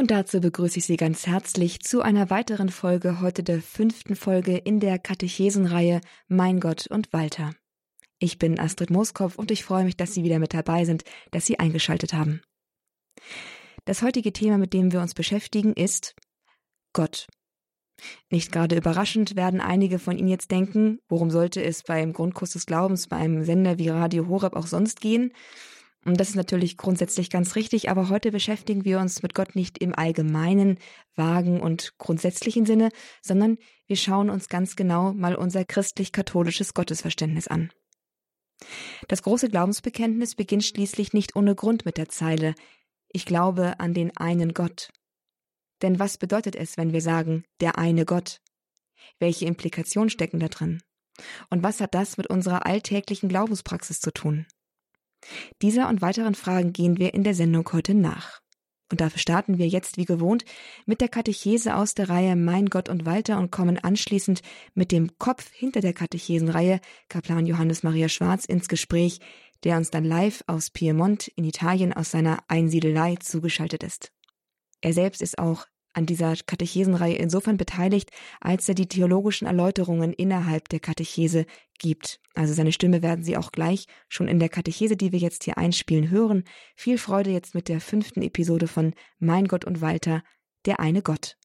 Und dazu begrüße ich Sie ganz herzlich zu einer weiteren Folge, heute der 5. Folge in der Katechesenreihe Mein Gott und Walter. Ich bin Astrid Mooskopf und ich freue mich, dass Sie wieder mit dabei sind, dass Sie eingeschaltet haben. Das heutige Thema, mit dem wir uns beschäftigen, ist Gott. Nicht gerade überraschend werden einige von Ihnen jetzt denken, worum sollte es beim Grundkurs des Glaubens, bei einem Sender wie Radio Horeb auch sonst gehen? Und das ist natürlich grundsätzlich ganz richtig, aber heute beschäftigen wir uns mit Gott nicht im allgemeinen, vagen und grundsätzlichen Sinne, sondern wir schauen uns ganz genau mal unser christlich-katholisches Gottesverständnis an. Das große Glaubensbekenntnis beginnt schließlich nicht ohne Grund mit der Zeile: Ich glaube an den einen Gott. Denn was bedeutet es, wenn wir sagen, der eine Gott? Welche Implikationen stecken da drin? Und was hat das mit unserer alltäglichen Glaubenspraxis zu tun? Dieser und weiteren Fragen gehen wir in der Sendung heute nach. Und dafür starten wir jetzt wie gewohnt mit der Katechese aus der Reihe Mein Gott und Walter und kommen anschließend mit dem Kopf hinter der Katechesenreihe, Kaplan Johannes Maria Schwarz, ins Gespräch, der uns dann live aus Piemont in Italien aus seiner Einsiedelei zugeschaltet ist. Er selbst ist auch an dieser Katechesenreihe insofern beteiligt, als er die theologischen Erläuterungen innerhalb der Katechese gibt. Also seine Stimme werden Sie auch gleich schon in der Katechese, die wir jetzt hier einspielen, hören. Viel Freude jetzt mit der 5. Episode von Mein Gott und Walter, der eine Gott.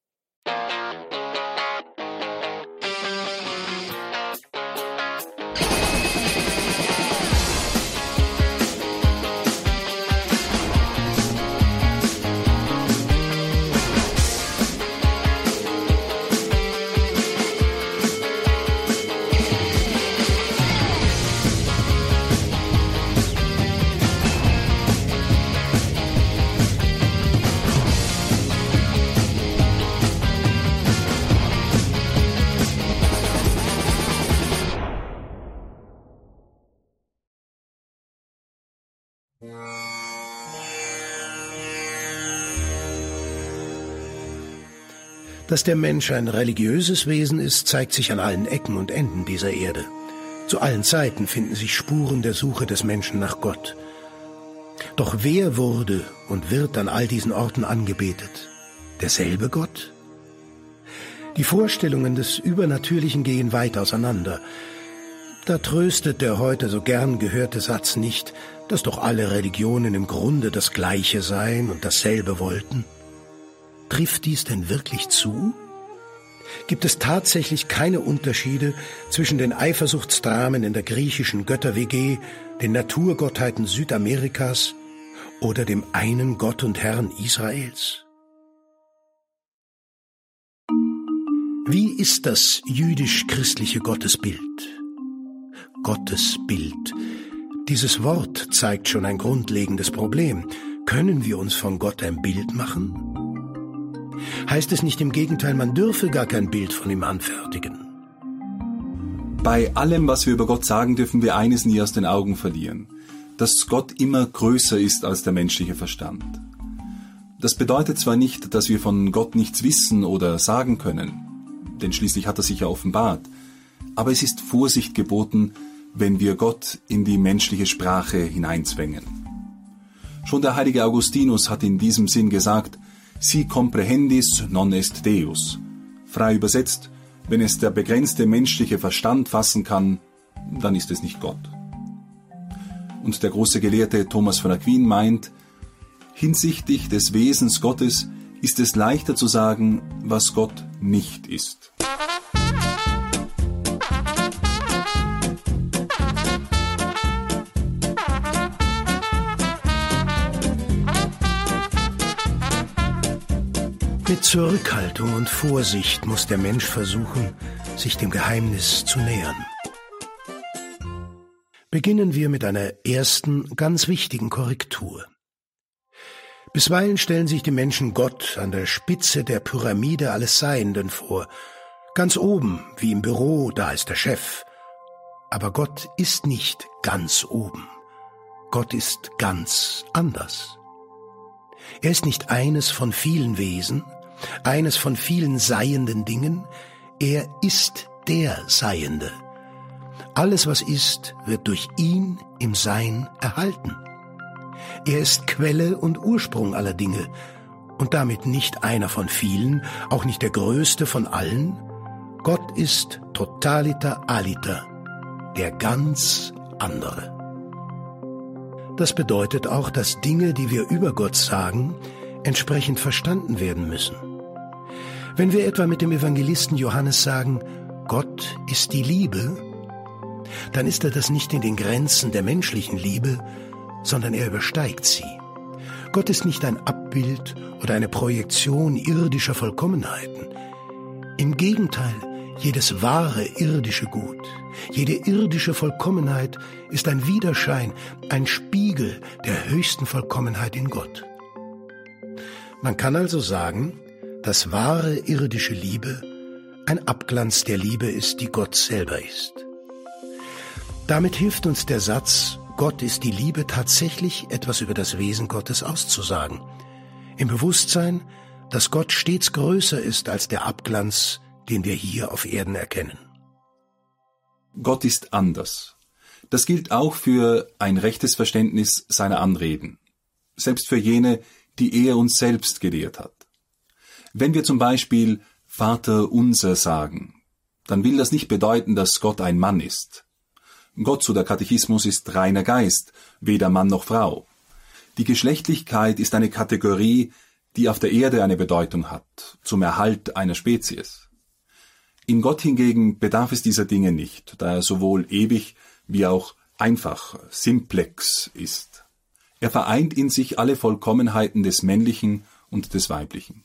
Dass der Mensch ein religiöses Wesen ist, zeigt sich an allen Ecken und Enden dieser Erde. Zu allen Zeiten finden sich Spuren der Suche des Menschen nach Gott. Doch wer wurde und wird an all diesen Orten angebetet? Derselbe Gott? Die Vorstellungen des Übernatürlichen gehen weit auseinander. Da tröstet der heute so gern gehörte Satz nicht, dass doch alle Religionen im Grunde das Gleiche seien und dasselbe wollten. Trifft dies denn wirklich zu? Gibt es tatsächlich keine Unterschiede zwischen den Eifersuchtsdramen in der griechischen Götter-WG, den Naturgottheiten Südamerikas oder dem einen Gott und Herrn Israels? Wie ist das jüdisch-christliche Gottesbild? Gottesbild. Dieses Wort zeigt schon ein grundlegendes Problem. Können wir uns von Gott ein Bild machen? Heißt es nicht im Gegenteil, man dürfe gar kein Bild von ihm anfertigen? Bei allem, was wir über Gott sagen, dürfen wir eines nie aus den Augen verlieren: dass Gott immer größer ist als der menschliche Verstand. Das bedeutet zwar nicht, dass wir von Gott nichts wissen oder sagen können, denn schließlich hat er sich ja offenbart, aber es ist Vorsicht geboten, wenn wir Gott in die menschliche Sprache hineinzwängen. Schon der heilige Augustinus hat in diesem Sinn gesagt: Si comprehendis non est Deus. Frei übersetzt: Wenn es der begrenzte menschliche Verstand fassen kann, dann ist es nicht Gott. Und der große Gelehrte Thomas von Aquin meint: Hinsichtlich des Wesens Gottes ist es leichter zu sagen, was Gott nicht ist. Mit Zurückhaltung und Vorsicht muss der Mensch versuchen, sich dem Geheimnis zu nähern. Beginnen wir mit einer ersten, ganz wichtigen Korrektur. Bisweilen stellen sich die Menschen Gott an der Spitze der Pyramide alles Seienden vor. Ganz oben, wie im Büro, da ist der Chef. Aber Gott ist nicht ganz oben. Gott ist ganz anders. Er ist nicht eines von vielen Wesen, eines von vielen seienden Dingen. Er ist der Seiende. Alles, was ist, wird durch ihn im Sein erhalten. Er ist Quelle und Ursprung aller Dinge und damit nicht einer von vielen, auch nicht der größte von allen. Gott ist totaliter aliter, der ganz andere. Das bedeutet auch, dass Dinge, die wir über Gott sagen, entsprechend verstanden werden müssen. Wenn wir etwa mit dem Evangelisten Johannes sagen, Gott ist die Liebe, dann ist er das nicht in den Grenzen der menschlichen Liebe, sondern er übersteigt sie. Gott ist nicht ein Abbild oder eine Projektion irdischer Vollkommenheiten. Im Gegenteil, jedes wahre irdische Gut, jede irdische Vollkommenheit ist ein Widerschein, ein Spiegel der höchsten Vollkommenheit in Gott. Man kann also sagen, dass wahre irdische Liebe ein Abglanz der Liebe ist, die Gott selber ist. Damit hilft uns der Satz, Gott ist die Liebe, tatsächlich etwas über das Wesen Gottes auszusagen. Im Bewusstsein, dass Gott stets größer ist als der Abglanz, den wir hier auf Erden erkennen. Gott ist anders. Das gilt auch für ein rechtes Verständnis seiner Anreden, selbst für jene, die er uns selbst gelehrt hat. Wenn wir zum Beispiel Vater unser sagen, dann will das nicht bedeuten, dass Gott ein Mann ist. Gott, so der Katechismus, ist reiner Geist, weder Mann noch Frau. Die Geschlechtlichkeit ist eine Kategorie, die auf der Erde eine Bedeutung hat, zum Erhalt einer Spezies. In Gott hingegen bedarf es dieser Dinge nicht, da er sowohl ewig wie auch einfach, simplex ist. Er vereint in sich alle Vollkommenheiten des Männlichen und des Weiblichen.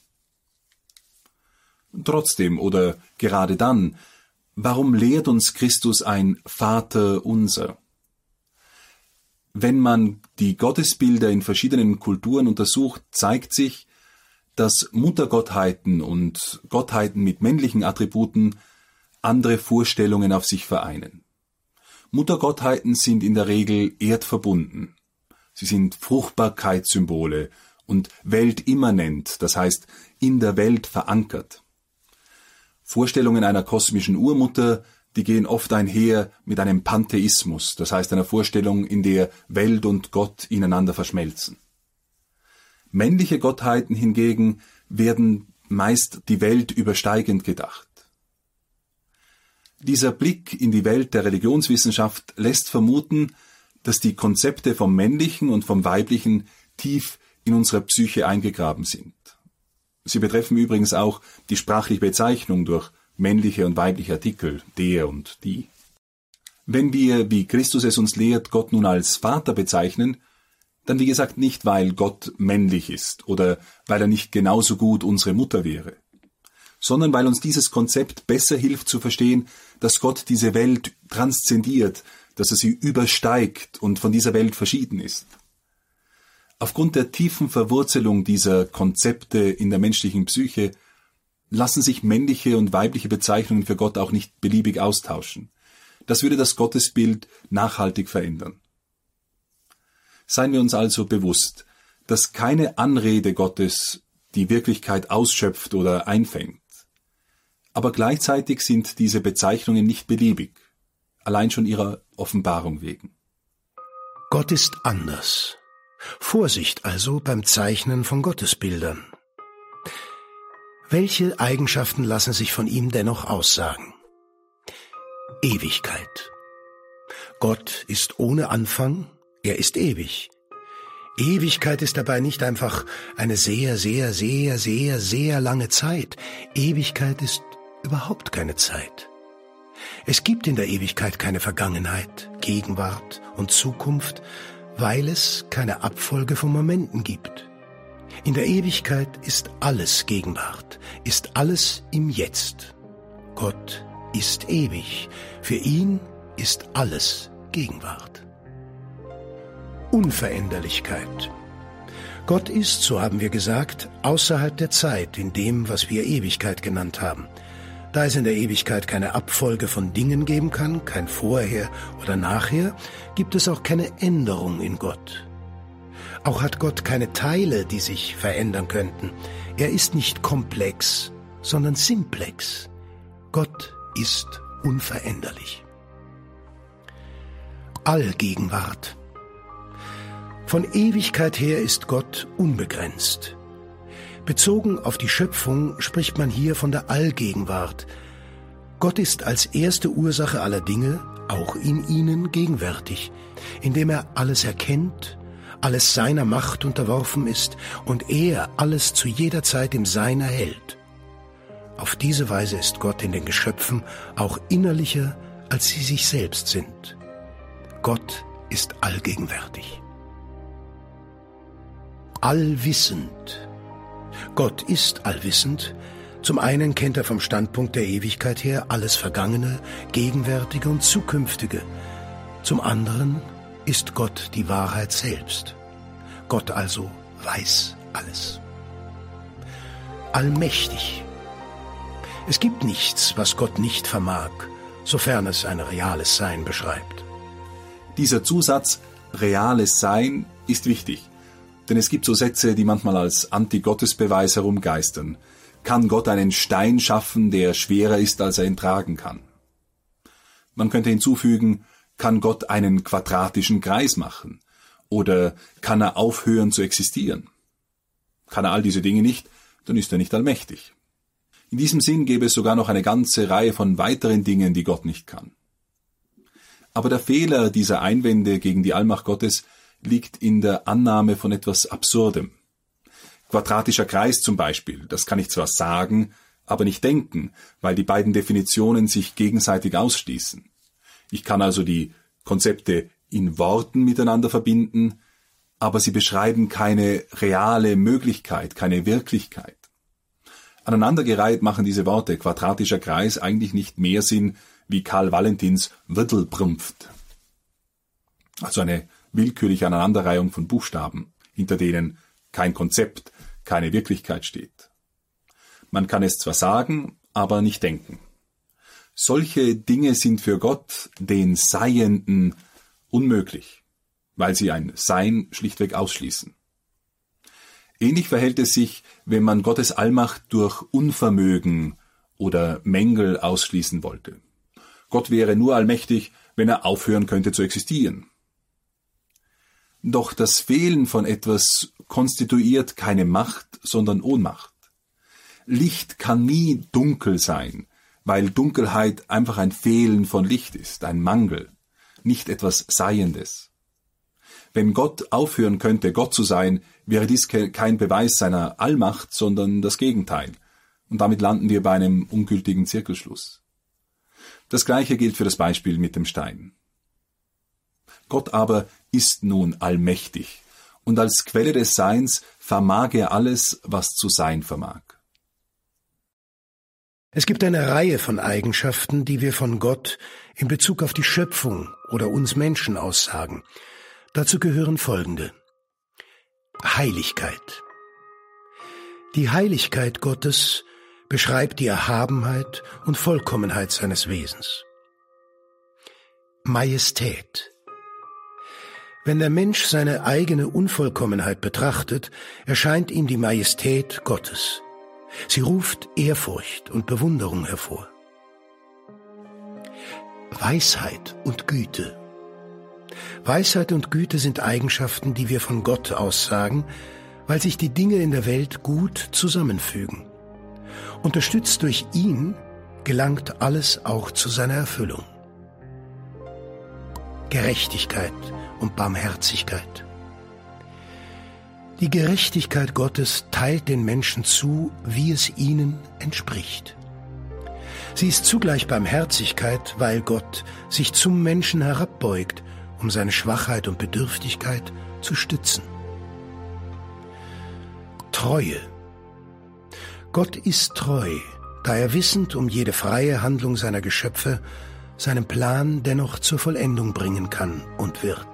Trotzdem oder gerade dann, warum lehrt uns Christus ein Vater unser? Wenn man die Gottesbilder in verschiedenen Kulturen untersucht, zeigt sich, dass Muttergottheiten und Gottheiten mit männlichen Attributen andere Vorstellungen auf sich vereinen. Muttergottheiten sind in der Regel erdverbunden. Sie sind Fruchtbarkeitssymbole und weltimmanent, das heißt in der Welt verankert. Vorstellungen einer kosmischen Urmutter, die gehen oft einher mit einem Pantheismus, das heißt einer Vorstellung, in der Welt und Gott ineinander verschmelzen. Männliche Gottheiten hingegen werden meist die Welt übersteigend gedacht. Dieser Blick in die Welt der Religionswissenschaft lässt vermuten, dass die Konzepte vom Männlichen und vom Weiblichen tief in unserer Psyche eingegraben sind. Sie betreffen übrigens auch die sprachliche Bezeichnung durch männliche und weibliche Artikel, der und die. Wenn wir, wie Christus es uns lehrt, Gott nun als Vater bezeichnen, dann wie gesagt nicht, weil Gott männlich ist oder weil er nicht genauso gut unsere Mutter wäre, sondern weil uns dieses Konzept besser hilft zu verstehen, dass Gott diese Welt transzendiert, dass er sie übersteigt und von dieser Welt verschieden ist. Aufgrund der tiefen Verwurzelung dieser Konzepte in der menschlichen Psyche lassen sich männliche und weibliche Bezeichnungen für Gott auch nicht beliebig austauschen. Das würde das Gottesbild nachhaltig verändern. Seien wir uns also bewusst, dass keine Anrede Gottes die Wirklichkeit ausschöpft oder einfängt. Aber gleichzeitig sind diese Bezeichnungen nicht beliebig, allein schon ihrer Offenbarung wegen. Gott ist anders. Vorsicht also beim Zeichnen von Gottesbildern. Welche Eigenschaften lassen sich von ihm dennoch aussagen? Ewigkeit. Gott ist ohne Anfang, er ist ewig. Ewigkeit ist dabei nicht einfach eine sehr, sehr, sehr, sehr, sehr lange Zeit. Ewigkeit ist überhaupt keine Zeit. Es gibt in der Ewigkeit keine Vergangenheit, Gegenwart und Zukunft, weil es keine Abfolge von Momenten gibt. In der Ewigkeit ist alles Gegenwart, ist alles im Jetzt. Gott ist ewig, für ihn ist alles Gegenwart. Unveränderlichkeit. Gott ist, so haben wir gesagt, außerhalb der Zeit in dem, was wir Ewigkeit genannt haben. Da es in der Ewigkeit keine Abfolge von Dingen geben kann, kein Vorher oder Nachher, gibt es auch keine Änderung in Gott. Auch hat Gott keine Teile, die sich verändern könnten. Er ist nicht komplex, sondern simplex. Gott ist unveränderlich. Allgegenwart. Von Ewigkeit her ist Gott unbegrenzt. Bezogen auf die Schöpfung spricht man hier von der Allgegenwart. Gott ist als erste Ursache aller Dinge, auch in ihnen, gegenwärtig, indem er alles erkennt, alles seiner Macht unterworfen ist und er alles zu jeder Zeit im Sein erhält. Auf diese Weise ist Gott in den Geschöpfen auch innerlicher, als sie sich selbst sind. Gott ist allgegenwärtig. Allwissend. Gott ist allwissend. Zum einen kennt er vom Standpunkt der Ewigkeit her alles Vergangene, Gegenwärtige und Zukünftige. Zum anderen ist Gott die Wahrheit selbst. Gott also weiß alles. Allmächtig. Es gibt nichts, was Gott nicht vermag, sofern es ein reales Sein beschreibt. Dieser Zusatz reales Sein ist wichtig, denn es gibt so Sätze, die manchmal als Anti-Gottesbeweis herumgeistern. Kann Gott einen Stein schaffen, der schwerer ist, als er ihn tragen kann? Man könnte hinzufügen, kann Gott einen quadratischen Kreis machen? Oder kann er aufhören zu existieren? Kann er all diese Dinge nicht, dann ist er nicht allmächtig. In diesem Sinn gäbe es sogar noch eine ganze Reihe von weiteren Dingen, die Gott nicht kann. Aber der Fehler dieser Einwände gegen die Allmacht Gottes liegt in der Annahme von etwas Absurdem. Quadratischer Kreis zum Beispiel, das kann ich zwar sagen, aber nicht denken, weil die beiden Definitionen sich gegenseitig ausschließen. Ich kann also die Konzepte in Worten miteinander verbinden, aber sie beschreiben keine reale Möglichkeit, keine Wirklichkeit. Aneinandergereiht machen diese Worte quadratischer Kreis eigentlich nicht mehr Sinn wie Karl Valentins Wirtelbrümpft. Also eine willkürliche Aneinanderreihung von Buchstaben, hinter denen kein Konzept, keine Wirklichkeit steht. Man kann es zwar sagen, aber nicht denken. Solche Dinge sind für Gott, den Seienden, unmöglich, weil sie ein Sein schlichtweg ausschließen. Ähnlich verhält es sich, wenn man Gottes Allmacht durch Unvermögen oder Mängel ausschließen wollte. Gott wäre nur allmächtig, wenn er aufhören könnte zu existieren. Doch das Fehlen von etwas konstituiert keine Macht, sondern Ohnmacht. Licht kann nie dunkel sein, weil Dunkelheit einfach ein Fehlen von Licht ist, ein Mangel, nicht etwas Seiendes. Wenn Gott aufhören könnte, Gott zu sein, wäre dies kein Beweis seiner Allmacht, sondern das Gegenteil. Und damit landen wir bei einem ungültigen Zirkelschluss. Das Gleiche gilt für das Beispiel mit dem Stein. Gott aber ist nun allmächtig, und als Quelle des Seins vermag er alles, was zu sein vermag. Es gibt eine Reihe von Eigenschaften, die wir von Gott in Bezug auf die Schöpfung oder uns Menschen aussagen. Dazu gehören folgende: Heiligkeit. Die Heiligkeit Gottes beschreibt die Erhabenheit und Vollkommenheit seines Wesens. Majestät. Wenn der Mensch seine eigene Unvollkommenheit betrachtet, erscheint ihm die Majestät Gottes. Sie ruft Ehrfurcht und Bewunderung hervor. Weisheit und Güte. Weisheit und Güte sind Eigenschaften, die wir von Gott aussagen, weil sich die Dinge in der Welt gut zusammenfügen. Unterstützt durch ihn gelangt alles auch zu seiner Erfüllung. Gerechtigkeit und Barmherzigkeit. Die Gerechtigkeit Gottes teilt den Menschen zu, wie es ihnen entspricht. Sie ist zugleich Barmherzigkeit, weil Gott sich zum Menschen herabbeugt, um seine Schwachheit und Bedürftigkeit zu stützen. Treue. Gott ist treu, da er wissend um jede freie Handlung seiner Geschöpfe seinen Plan dennoch zur Vollendung bringen kann und wird.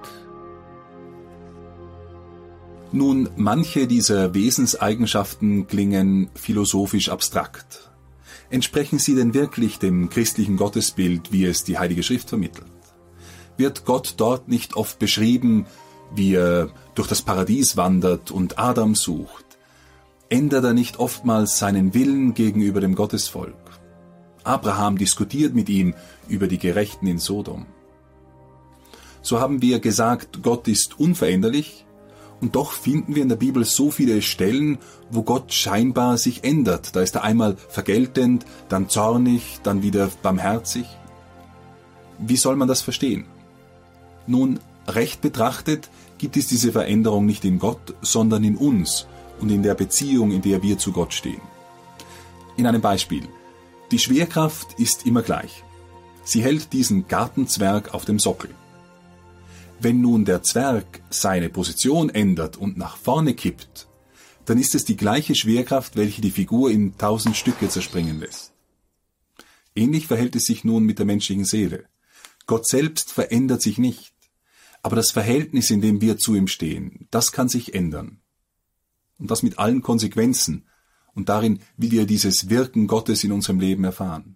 Nun, manche dieser Wesenseigenschaften klingen philosophisch abstrakt. Entsprechen sie denn wirklich dem christlichen Gottesbild, wie es die Heilige Schrift vermittelt? Wird Gott dort nicht oft beschrieben, wie er durch das Paradies wandert und Adam sucht? Ändert er nicht oftmals seinen Willen gegenüber dem Gottesvolk? Abraham diskutiert mit ihm über die Gerechten in Sodom. So haben wir gesagt, Gott ist unveränderlich Und doch finden wir in der Bibel so viele Stellen, wo Gott scheinbar sich ändert. Da ist er einmal vergeltend, dann zornig, dann wieder barmherzig. Wie soll man das verstehen? Nun, recht betrachtet gibt es diese Veränderung nicht in Gott, sondern in uns und in der Beziehung, in der wir zu Gott stehen. In einem Beispiel. Die Schwerkraft ist immer gleich. Sie hält diesen Gartenzwerg auf dem Sockel. Wenn nun der Zwerg seine Position ändert und nach vorne kippt, dann ist es die gleiche Schwerkraft, welche die Figur in 1000 Stücke zerspringen lässt. Ähnlich verhält es sich nun mit der menschlichen Seele. Gott selbst verändert sich nicht, aber das Verhältnis, in dem wir zu ihm stehen, das kann sich ändern. Und das mit allen Konsequenzen. Und darin will wir dieses Wirken Gottes in unserem Leben erfahren.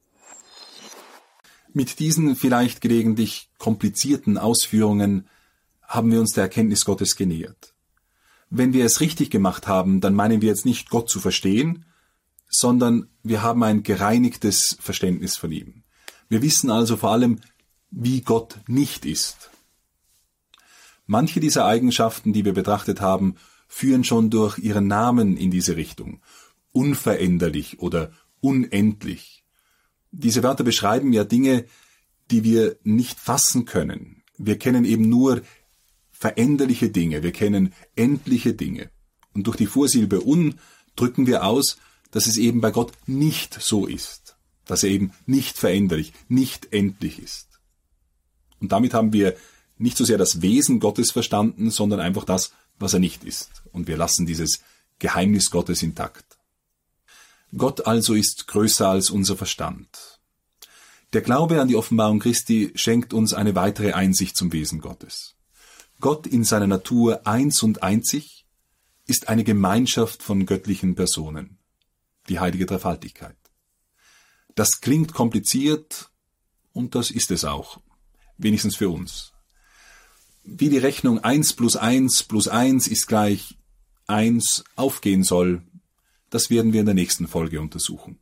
Mit diesen vielleicht gelegentlich komplizierten Ausführungen haben wir uns der Erkenntnis Gottes genähert. Wenn wir es richtig gemacht haben, dann meinen wir jetzt nicht, Gott zu verstehen, sondern wir haben ein gereinigtes Verständnis von ihm. Wir wissen also vor allem, wie Gott nicht ist. Manche dieser Eigenschaften, die wir betrachtet haben, führen schon durch ihren Namen in diese Richtung. Unveränderlich oder unendlich. Diese Wörter beschreiben ja Dinge, die wir nicht fassen können. Wir kennen eben nur veränderliche Dinge, wir kennen endliche Dinge. Und durch die Vorsilbe un drücken wir aus, dass es eben bei Gott nicht so ist. Dass er eben nicht veränderlich, nicht endlich ist. Und damit haben wir nicht so sehr das Wesen Gottes verstanden, sondern einfach das, was er nicht ist. Und wir lassen dieses Geheimnis Gottes intakt. Gott also ist größer als unser Verstand. Der Glaube an die Offenbarung Christi schenkt uns eine weitere Einsicht zum Wesen Gottes. Gott in seiner Natur eins und einzig ist eine Gemeinschaft von göttlichen Personen, die heilige Dreifaltigkeit. Das klingt kompliziert und das ist es auch, wenigstens für uns. Wie die Rechnung 1 plus 1 plus 1 ist gleich 1 aufgehen soll, das werden wir in der nächsten Folge untersuchen.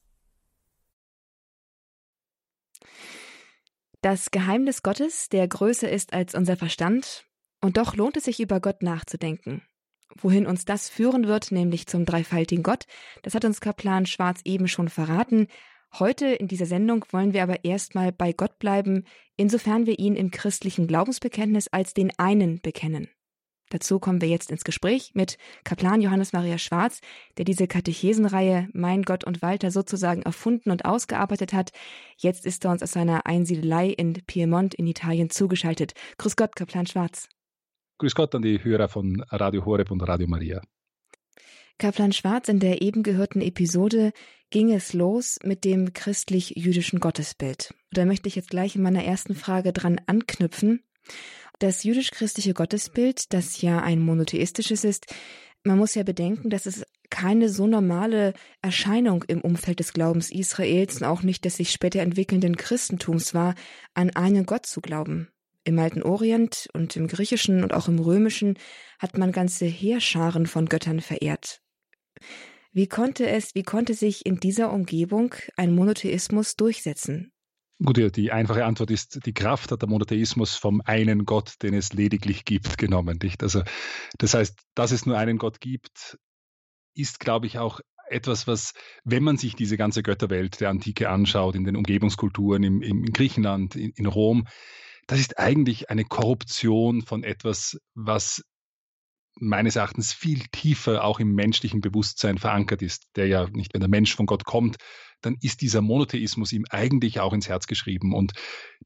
Das Geheimnis Gottes, der größer ist als unser Verstand, und doch lohnt es sich, über Gott nachzudenken. Wohin uns das führen wird, nämlich zum dreifaltigen Gott, das hat uns Kaplan Schwarz eben schon verraten. Heute in dieser Sendung wollen wir aber erstmal bei Gott bleiben, insofern wir ihn im christlichen Glaubensbekenntnis als den einen bekennen. Dazu kommen wir jetzt ins Gespräch mit Kaplan Johannes Maria Schwarz, der diese Katechesenreihe Mein Gott und Walter sozusagen erfunden und ausgearbeitet hat. Jetzt ist er uns aus seiner Einsiedelei in Piemont in Italien zugeschaltet. Grüß Gott, Kaplan Schwarz. Grüß Gott an die Hörer von Radio Horeb und Radio Maria. Kaplan Schwarz, in der eben gehörten Episode ging es los mit dem christlich-jüdischen Gottesbild. Da möchte ich jetzt gleich in meiner ersten Frage dran anknüpfen. Das jüdisch-christliche Gottesbild, das ja ein monotheistisches ist, man muss ja bedenken, dass es keine so normale Erscheinung im Umfeld des Glaubens Israels und auch nicht des sich später entwickelnden Christentums war, an einen Gott zu glauben. Im Alten Orient und im Griechischen und auch im Römischen hat man ganze Heerscharen von Göttern verehrt. Wie konnte sich in dieser Umgebung ein Monotheismus durchsetzen? Gut, ja, die einfache Antwort ist, die Kraft hat der Monotheismus vom einen Gott, den es lediglich gibt, genommen. Nicht? Also, das heißt, dass es nur einen Gott gibt, ist, glaube ich, auch etwas, was, wenn man sich diese ganze Götterwelt der Antike anschaut, in den Umgebungskulturen, in Griechenland, in Rom, das ist eigentlich eine Korruption von etwas, was meines Erachtens viel tiefer auch im menschlichen Bewusstsein verankert ist, der ja nicht, wenn der Mensch von Gott kommt, dann ist dieser Monotheismus ihm eigentlich auch ins Herz geschrieben. Und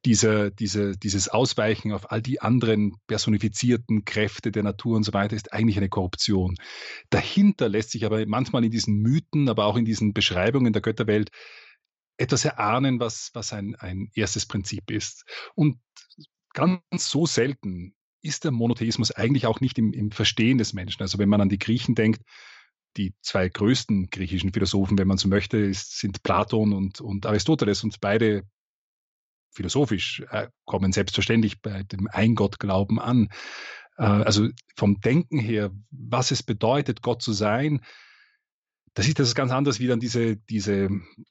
dieses Ausweichen auf all die anderen personifizierten Kräfte der Natur und so weiter ist eigentlich eine Korruption. Dahinter lässt sich aber manchmal in diesen Mythen, aber auch in diesen Beschreibungen der Götterwelt etwas erahnen, was ein erstes Prinzip ist. Und ganz so selten ist der Monotheismus eigentlich auch nicht im Verstehen des Menschen. Also wenn man an die Griechen denkt, die zwei größten griechischen Philosophen, wenn man so möchte, sind Platon und Aristoteles, und beide philosophisch kommen selbstverständlich bei dem Eingottglauben an. Also vom Denken her, was es bedeutet, Gott zu sein, das ist ganz anders wie dann diese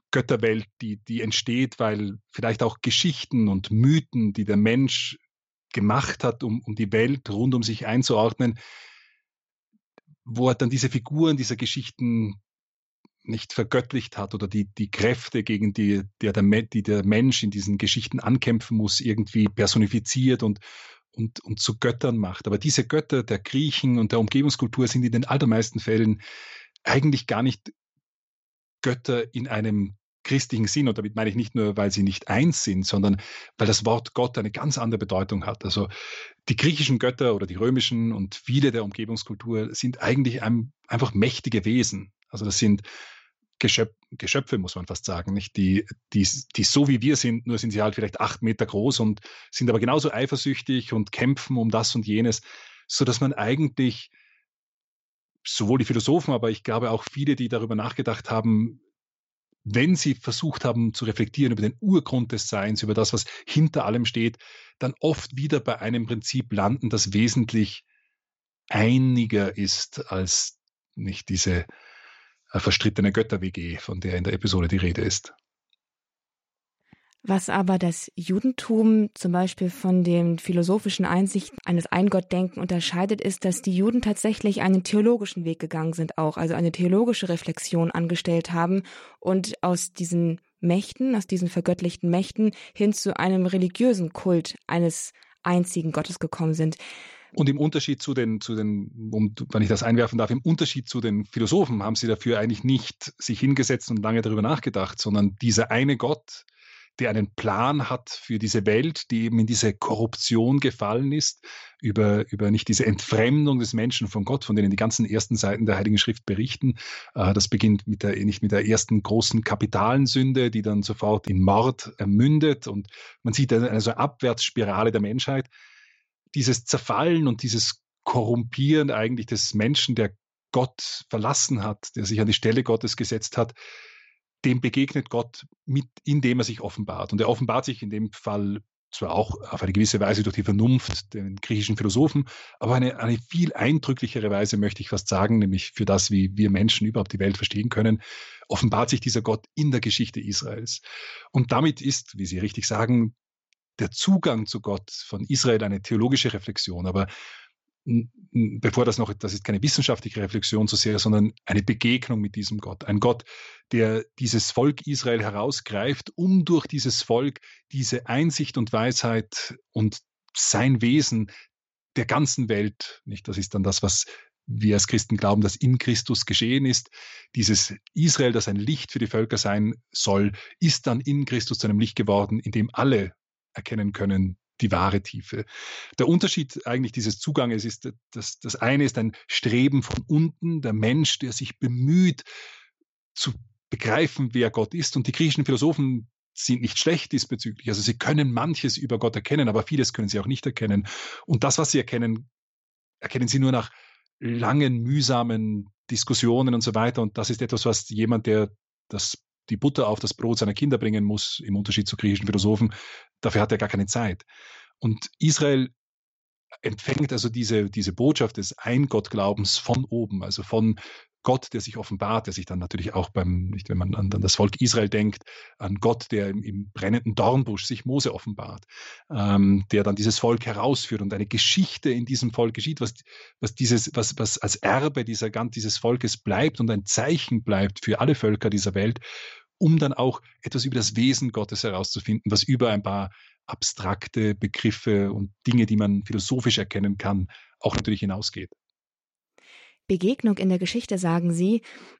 Götterwelt, die entsteht, weil vielleicht auch Geschichten und Mythen, die der Mensch gemacht hat, um die Welt rund um sich einzuordnen, wo er dann diese Figuren dieser Geschichten nicht vergöttlicht hat oder die Kräfte, gegen die der Mensch in diesen Geschichten ankämpfen muss, irgendwie personifiziert und zu Göttern macht. Aber diese Götter der Griechen und der Umgebungskultur sind in den allermeisten Fällen eigentlich gar nicht Götter in einem christlichen Sinn. Und damit meine ich nicht nur, weil sie nicht eins sind, sondern weil das Wort Gott eine ganz andere Bedeutung hat. Also die griechischen Götter oder die römischen und viele der Umgebungskultur sind eigentlich einfach mächtige Wesen. Also das sind Geschöpfe, muss man fast sagen, nicht? Die so wie wir sind, nur sind sie halt vielleicht 8 Meter groß und sind aber genauso eifersüchtig und kämpfen um das und jenes, sodass man eigentlich sowohl die Philosophen, aber ich glaube auch viele, die darüber nachgedacht haben, wenn sie versucht haben zu reflektieren über den Urgrund des Seins, über das, was hinter allem steht, dann oft wieder bei einem Prinzip landen, das wesentlich einiger ist als nicht diese verstrittene Götter-WG, von der in der Episode die Rede ist. Was aber das Judentum zum Beispiel von den philosophischen Einsichten eines Eingottdenken unterscheidet, ist, dass die Juden tatsächlich einen theologischen Weg gegangen sind auch, also eine theologische Reflexion angestellt haben und aus diesen Mächten, aus diesen vergöttlichten Mächten hin zu einem religiösen Kult eines einzigen Gottes gekommen sind. Und im Unterschied zu den, wenn ich das einwerfen darf, im Unterschied zu den Philosophen haben sie dafür eigentlich nicht sich hingesetzt und lange darüber nachgedacht, sondern dieser eine Gott, der einen Plan hat für diese Welt, die eben in diese Korruption gefallen ist, über nicht diese Entfremdung des Menschen von Gott, von denen die ganzen ersten Seiten der Heiligen Schrift berichten. Das beginnt nicht mit der ersten großen kapitalen Sünde, die dann sofort in Mord mündet. Und man sieht eine so Abwärtsspirale der Menschheit. Dieses Zerfallen und dieses Korrumpieren eigentlich des Menschen, der Gott verlassen hat, der sich an die Stelle Gottes gesetzt hat, dem begegnet Gott indem er sich offenbart. Und er offenbart sich in dem Fall zwar auch auf eine gewisse Weise durch die Vernunft den griechischen Philosophen, aber eine viel eindrücklichere Weise, möchte ich fast sagen, nämlich für das, wie wir Menschen überhaupt die Welt verstehen können, offenbart sich dieser Gott in der Geschichte Israels. Und damit ist, wie Sie richtig sagen, der Zugang zu Gott von Israel eine theologische Reflexion. Aber das ist keine wissenschaftliche Reflexion so sehr, sondern eine Begegnung mit diesem Gott. Ein Gott, der dieses Volk Israel herausgreift, um durch dieses Volk diese Einsicht und Weisheit und sein Wesen der ganzen Welt, nicht? Das ist dann das, was wir als Christen glauben, dass in Christus geschehen ist. Dieses Israel, das ein Licht für die Völker sein soll, ist dann in Christus zu einem Licht geworden, in dem alle erkennen können, die wahre Tiefe. Der Unterschied eigentlich dieses Zuganges ist, dass das eine ist ein Streben von unten, der Mensch, der sich bemüht, zu begreifen, wer Gott ist. Und die griechischen Philosophen sind nicht schlecht diesbezüglich. Also sie können manches über Gott erkennen, aber vieles können sie auch nicht erkennen. Und das, was sie erkennen sie nur nach langen, mühsamen Diskussionen und so weiter. Und das ist etwas, was jemand, der die Butter auf das Brot seiner Kinder bringen muss, im Unterschied zu griechischen Philosophen, dafür hat er gar keine Zeit. Und Israel empfängt also diese Botschaft des Eingottglaubens von oben, also von Gott, der sich offenbart, der sich dann natürlich auch wenn man an das Volk Israel denkt, an Gott, der im brennenden Dornbusch sich Mose offenbart, der dann dieses Volk herausführt und eine Geschichte in diesem Volk geschieht, was als Erbe dieses Volkes bleibt und ein Zeichen bleibt für alle Völker dieser Welt, um dann auch etwas über das Wesen Gottes herauszufinden, was über ein paar abstrakte Begriffe und Dinge, die man philosophisch erkennen kann, auch natürlich hinausgeht. Begegnung in der Geschichte, sagen Sie,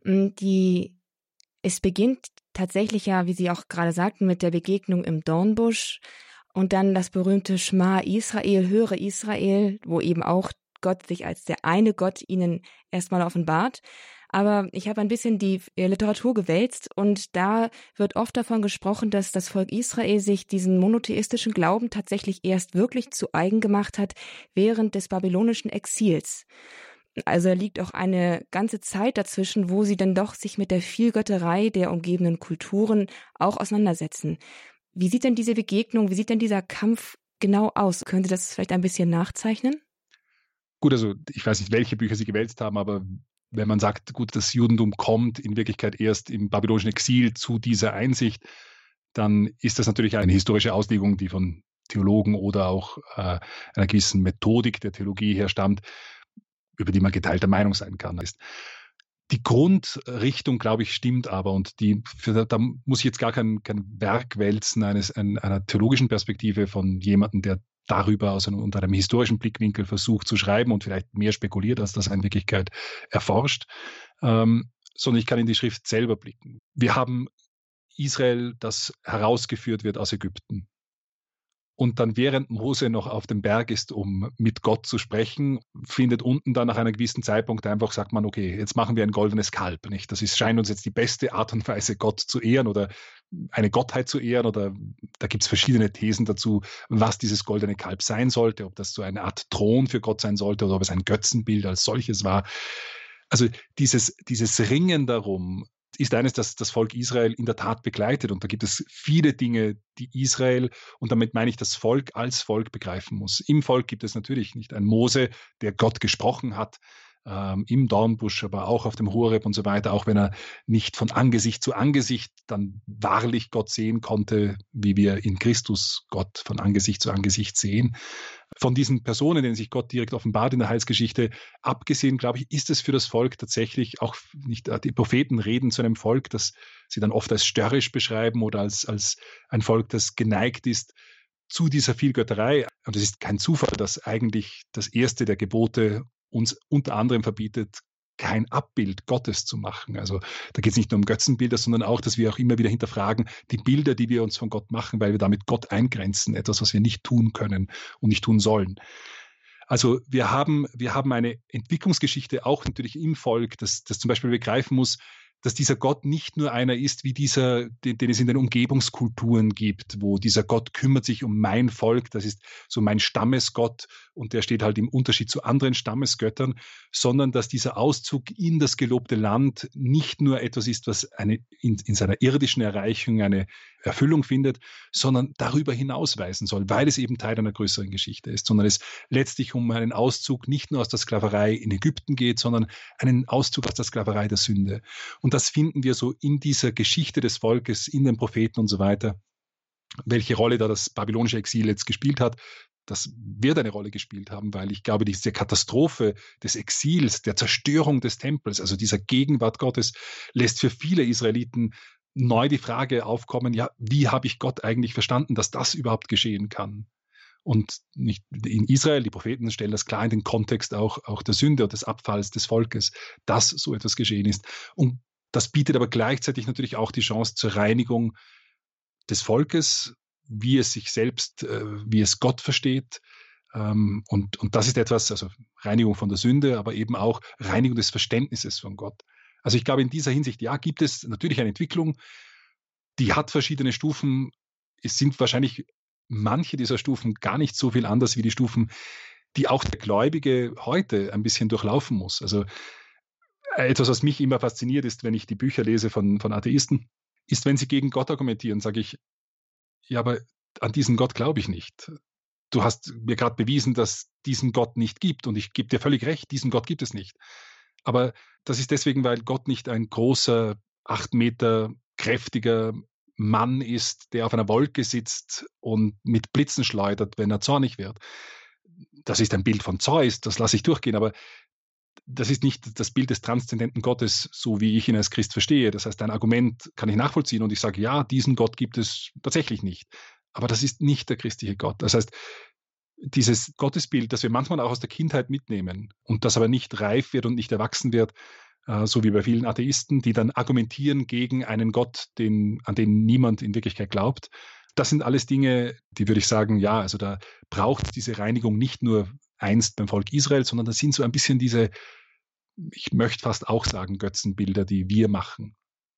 es beginnt tatsächlich ja, wie Sie auch gerade sagten, mit der Begegnung im Dornbusch und dann das berühmte Schma Israel, höre Israel, wo eben auch Gott sich als der eine Gott ihnen erstmal offenbart. Aber ich habe ein bisschen die Literatur gewälzt und da wird oft davon gesprochen, dass das Volk Israel sich diesen monotheistischen Glauben tatsächlich erst wirklich zu eigen gemacht hat während des babylonischen Exils. Also da liegt auch eine ganze Zeit dazwischen, wo sie dann doch sich mit der Vielgötterei der umgebenden Kulturen auch auseinandersetzen. Wie sieht denn diese Begegnung, wie sieht denn dieser Kampf genau aus? Können Sie das vielleicht ein bisschen nachzeichnen? Gut, also ich weiß nicht, welche Bücher Sie gewälzt haben, aber wenn man sagt, gut, das Judentum kommt in Wirklichkeit erst im babylonischen Exil zu dieser Einsicht, dann ist das natürlich eine historische Auslegung, die von Theologen oder auch einer gewissen Methodik der Theologie herstammt, über die man geteilter Meinung sein kann. Die Grundrichtung, glaube ich, stimmt aber, und da muss ich jetzt gar kein Werk wälzen einer theologischen Perspektive von jemandem, der darüber unter einem historischen Blickwinkel versucht zu schreiben und vielleicht mehr spekuliert, als das in Wirklichkeit erforscht, sondern ich kann in die Schrift selber blicken. Wir haben Israel, das herausgeführt wird aus Ägypten. Und dann, während Mose noch auf dem Berg ist, um mit Gott zu sprechen, findet unten dann nach einem gewissen Zeitpunkt einfach, sagt man, okay, jetzt machen wir ein goldenes Kalb. Nicht? Das scheint uns jetzt die beste Art und Weise, Gott zu ehren oder eine Gottheit zu ehren. Oder da gibt es verschiedene Thesen dazu, was dieses goldene Kalb sein sollte, ob das so eine Art Thron für Gott sein sollte oder ob es ein Götzenbild als solches war. Also dieses Ringen darum ist eines, das das Volk Israel in der Tat begleitet. Und da gibt es viele Dinge, die Israel, und damit meine ich das Volk als Volk, begreifen muss. Im Volk gibt es natürlich nicht einen Mose, der Gott gesprochen hat, im Dornbusch, aber auch auf dem Horeb und so weiter, auch wenn er nicht von Angesicht zu Angesicht dann wahrlich Gott sehen konnte, wie wir in Christus Gott von Angesicht zu Angesicht sehen. Von diesen Personen, denen sich Gott direkt offenbart in der Heilsgeschichte, abgesehen, glaube ich, ist es für das Volk tatsächlich auch nicht, die Propheten reden zu einem Volk, das sie dann oft als störrisch beschreiben oder als ein Volk, das geneigt ist zu dieser Vielgötterei. Und es ist kein Zufall, dass eigentlich das erste der Gebote uns unter anderem verbietet, kein Abbild Gottes zu machen. Also da geht es nicht nur um Götzenbilder, sondern auch, dass wir auch immer wieder hinterfragen, die Bilder, die wir uns von Gott machen, weil wir damit Gott eingrenzen, etwas, was wir nicht tun können und nicht tun sollen. Also wir haben eine Entwicklungsgeschichte auch natürlich im Volk, das zum Beispiel begreifen muss, dass dieser Gott nicht nur einer ist wie dieser, den es in den Umgebungskulturen gibt, wo dieser Gott kümmert sich um mein Volk, das ist so mein Stammesgott und der steht halt im Unterschied zu anderen Stammesgöttern, sondern dass dieser Auszug in das gelobte Land nicht nur etwas ist, was in seiner irdischen Erreichung eine Erfüllung findet, sondern darüber hinausweisen soll, weil es eben Teil einer größeren Geschichte ist, sondern es letztlich um einen Auszug nicht nur aus der Sklaverei in Ägypten geht, sondern einen Auszug aus der Sklaverei der Sünde. Und das finden wir so in dieser Geschichte des Volkes, in den Propheten und so weiter. Welche Rolle da das babylonische Exil jetzt gespielt hat, das wird eine Rolle gespielt haben, weil ich glaube, diese Katastrophe des Exils, der Zerstörung des Tempels, also dieser Gegenwart Gottes, lässt für viele Israeliten neu die Frage aufkommen, ja, wie habe ich Gott eigentlich verstanden, dass das überhaupt geschehen kann? Und nicht in Israel, die Propheten stellen das klar in den Kontext auch der Sünde und des Abfalls des Volkes, dass so etwas geschehen ist. Und das bietet aber gleichzeitig natürlich auch die Chance zur Reinigung des Volkes, wie es sich selbst, wie es Gott versteht. Und das ist etwas, also Reinigung von der Sünde, aber eben auch Reinigung des Verständnisses von Gott. Also ich glaube, in dieser Hinsicht, ja, gibt es natürlich eine Entwicklung, die hat verschiedene Stufen. Es sind wahrscheinlich manche dieser Stufen gar nicht so viel anders wie die Stufen, die auch der Gläubige heute ein bisschen durchlaufen muss. Also etwas, was mich immer fasziniert ist, wenn ich die Bücher lese von Atheisten, ist, wenn sie gegen Gott argumentieren, sage ich, ja, aber an diesen Gott glaube ich nicht. Du hast mir gerade bewiesen, dass diesen Gott nicht gibt und ich gebe dir völlig recht, diesen Gott gibt es nicht. Aber das ist deswegen, weil Gott nicht ein großer, 8 Meter kräftiger Mann ist, der auf einer Wolke sitzt und mit Blitzen schleudert, wenn er zornig wird. Das ist ein Bild von Zeus, das lasse ich durchgehen, aber das ist nicht das Bild des transzendenten Gottes, so wie ich ihn als Christ verstehe. Das heißt, ein Argument kann ich nachvollziehen und ich sage, ja, diesen Gott gibt es tatsächlich nicht. Aber das ist nicht der christliche Gott. Das heißt, dieses Gottesbild, das wir manchmal auch aus der Kindheit mitnehmen und das aber nicht reif wird und nicht erwachsen wird, so wie bei vielen Atheisten, die dann argumentieren gegen einen Gott, an den niemand in Wirklichkeit glaubt. Das sind alles Dinge, die würde ich sagen, ja, also da braucht es diese Reinigung nicht nur einst beim Volk Israel, sondern das sind so ein bisschen diese, ich möchte fast auch sagen, Götzenbilder, die wir machen.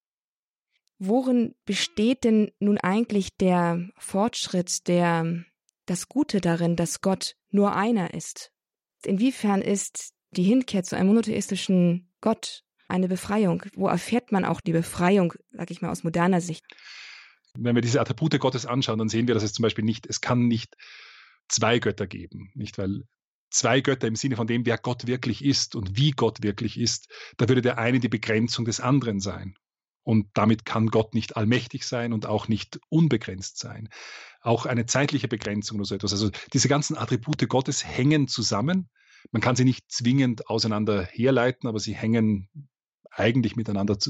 Worin besteht denn nun eigentlich der Fortschritt, das Gute darin, dass Gott nur einer ist? Inwiefern ist die Hinkehr zu einem monotheistischen Gott eine Befreiung? Wo erfährt man auch die Befreiung, sag ich mal, aus moderner Sicht? Wenn wir diese Attribute Gottes anschauen, dann sehen wir, dass es kann nicht 2 Götter geben, nicht? Weil 2 Götter im Sinne von dem, wer Gott wirklich ist und wie Gott wirklich ist, da würde der eine die Begrenzung des anderen sein. Und damit kann Gott nicht allmächtig sein und auch nicht unbegrenzt sein. auch eine zeitliche Begrenzung oder so etwas. Also diese ganzen Attribute Gottes hängen zusammen. Man kann sie nicht zwingend auseinander herleiten, aber sie hängen eigentlich miteinander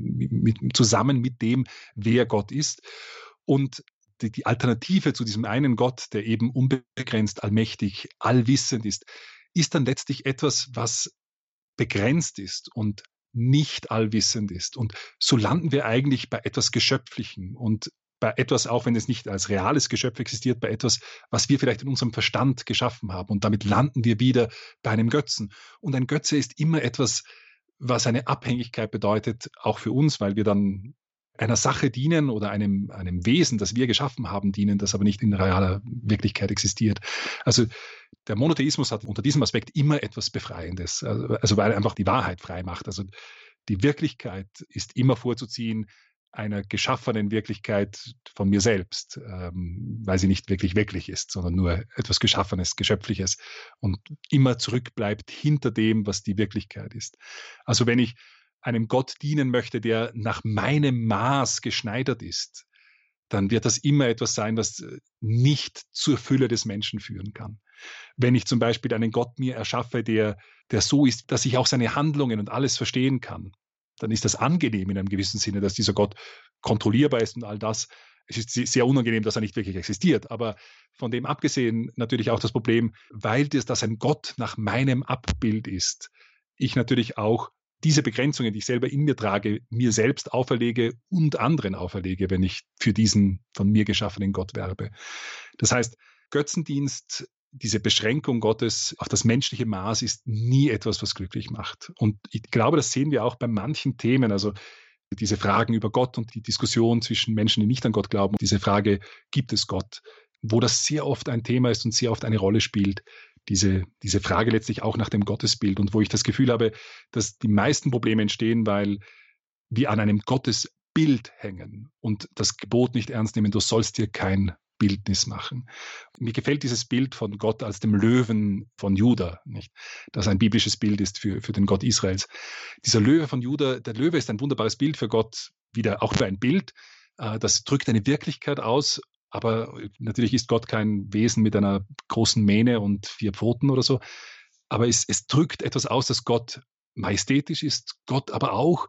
zusammen mit dem, wer Gott ist. Und die Alternative zu diesem einen Gott, der eben unbegrenzt, allmächtig, allwissend ist dann letztlich etwas, was begrenzt ist und nicht allwissend ist. Und so landen wir eigentlich bei etwas Geschöpflichem und bei etwas, auch wenn es nicht als reales Geschöpf existiert, bei etwas, was wir vielleicht in unserem Verstand geschaffen haben. Und damit landen wir wieder bei einem Götzen. Und ein Götze ist immer etwas, was eine Abhängigkeit bedeutet, auch für uns, weil wir dann einer Sache dienen oder einem Wesen, das wir geschaffen haben, dienen, das aber nicht in realer Wirklichkeit existiert. Also der Monotheismus hat unter diesem Aspekt immer etwas Befreiendes, also weil er einfach die Wahrheit frei macht. Also die Wirklichkeit ist immer vorzuziehen einer geschaffenen Wirklichkeit von mir selbst, weil sie nicht wirklich ist, sondern nur etwas Geschaffenes, Geschöpfliches und immer zurückbleibt hinter dem, was die Wirklichkeit ist. Also wenn ich einem Gott dienen möchte, der nach meinem Maß geschneidert ist, dann wird das immer etwas sein, was nicht zur Fülle des Menschen führen kann. Wenn ich zum Beispiel einen Gott mir erschaffe, der so ist, dass ich auch seine Handlungen und alles verstehen kann, dann ist das angenehm in einem gewissen Sinne, dass dieser Gott kontrollierbar ist und all das. Es ist sehr unangenehm, dass er nicht wirklich existiert. Aber von dem abgesehen natürlich auch das Problem, weil das ein Gott nach meinem Abbild ist, ich natürlich auch diese Begrenzungen, die ich selber in mir trage, mir selbst auferlege und anderen auferlege, wenn ich für diesen von mir geschaffenen Gott werbe. Das heißt, Götzendienst, diese Beschränkung Gottes auf das menschliche Maß ist nie etwas, was glücklich macht. Und ich glaube, das sehen wir auch bei manchen Themen, also diese Fragen über Gott und die Diskussion zwischen Menschen, die nicht an Gott glauben, diese Frage, gibt es Gott, wo das sehr oft ein Thema ist und sehr oft eine Rolle spielt, diese Frage letztlich auch nach dem Gottesbild und wo ich das Gefühl habe, dass die meisten Probleme entstehen, weil wir an einem Gottesbild hängen und das Gebot nicht ernst nehmen, du sollst dir kein Bildnis machen. Mir gefällt dieses Bild von Gott als dem Löwen von Juda, nicht? Das ein biblisches Bild ist für den Gott Israels. Dieser Löwe von Juda, der Löwe ist ein wunderbares Bild für Gott, wieder auch nur ein Bild, das drückt eine Wirklichkeit aus, aber natürlich ist Gott kein Wesen mit einer großen Mähne und 4 Pfoten oder so, aber es drückt etwas aus, dass Gott majestätisch ist, Gott aber auch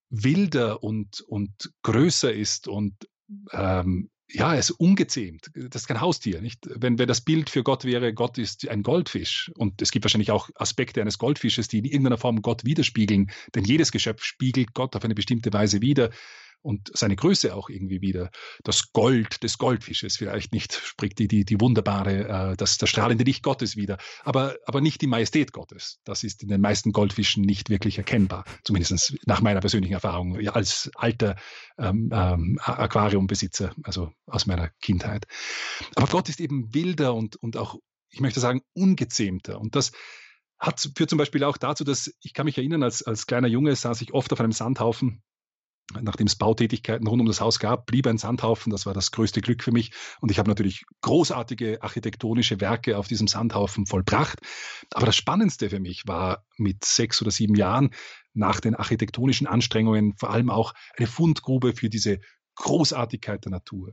wilder und größer ist und er ist ungezähmt. Das ist kein Haustier, nicht? Wenn das Bild für Gott wäre, Gott ist ein Goldfisch. Und es gibt wahrscheinlich auch Aspekte eines Goldfisches, die in irgendeiner Form Gott widerspiegeln. Denn jedes Geschöpf spiegelt Gott auf eine bestimmte Weise wider und seine Größe auch irgendwie wider. Das Gold des Goldfisches vielleicht nicht, spricht die wunderbare, das strahlende Licht Gottes wider. Aber nicht die Majestät Gottes. Das ist in den meisten Goldfischen nicht wirklich erkennbar. Zumindest nach meiner persönlichen Erfahrung, ja, als alter Aquariumbesitzer, also aus meiner Kindheit. Aber Gott ist eben wilder und auch, ich möchte sagen, ungezähmter. Und das führt zum Beispiel auch dazu, dass ich kann mich erinnern, als kleiner Junge saß ich oft auf einem Sandhaufen. Nachdem es Bautätigkeiten rund um das Haus gab, blieb ein Sandhaufen. Das war das größte Glück für mich. Und ich habe natürlich großartige architektonische Werke auf diesem Sandhaufen vollbracht. Aber das Spannendste für mich war mit 6 oder 7 Jahren nach den architektonischen Anstrengungen vor allem auch eine Fundgrube für diese Großartigkeit der Natur.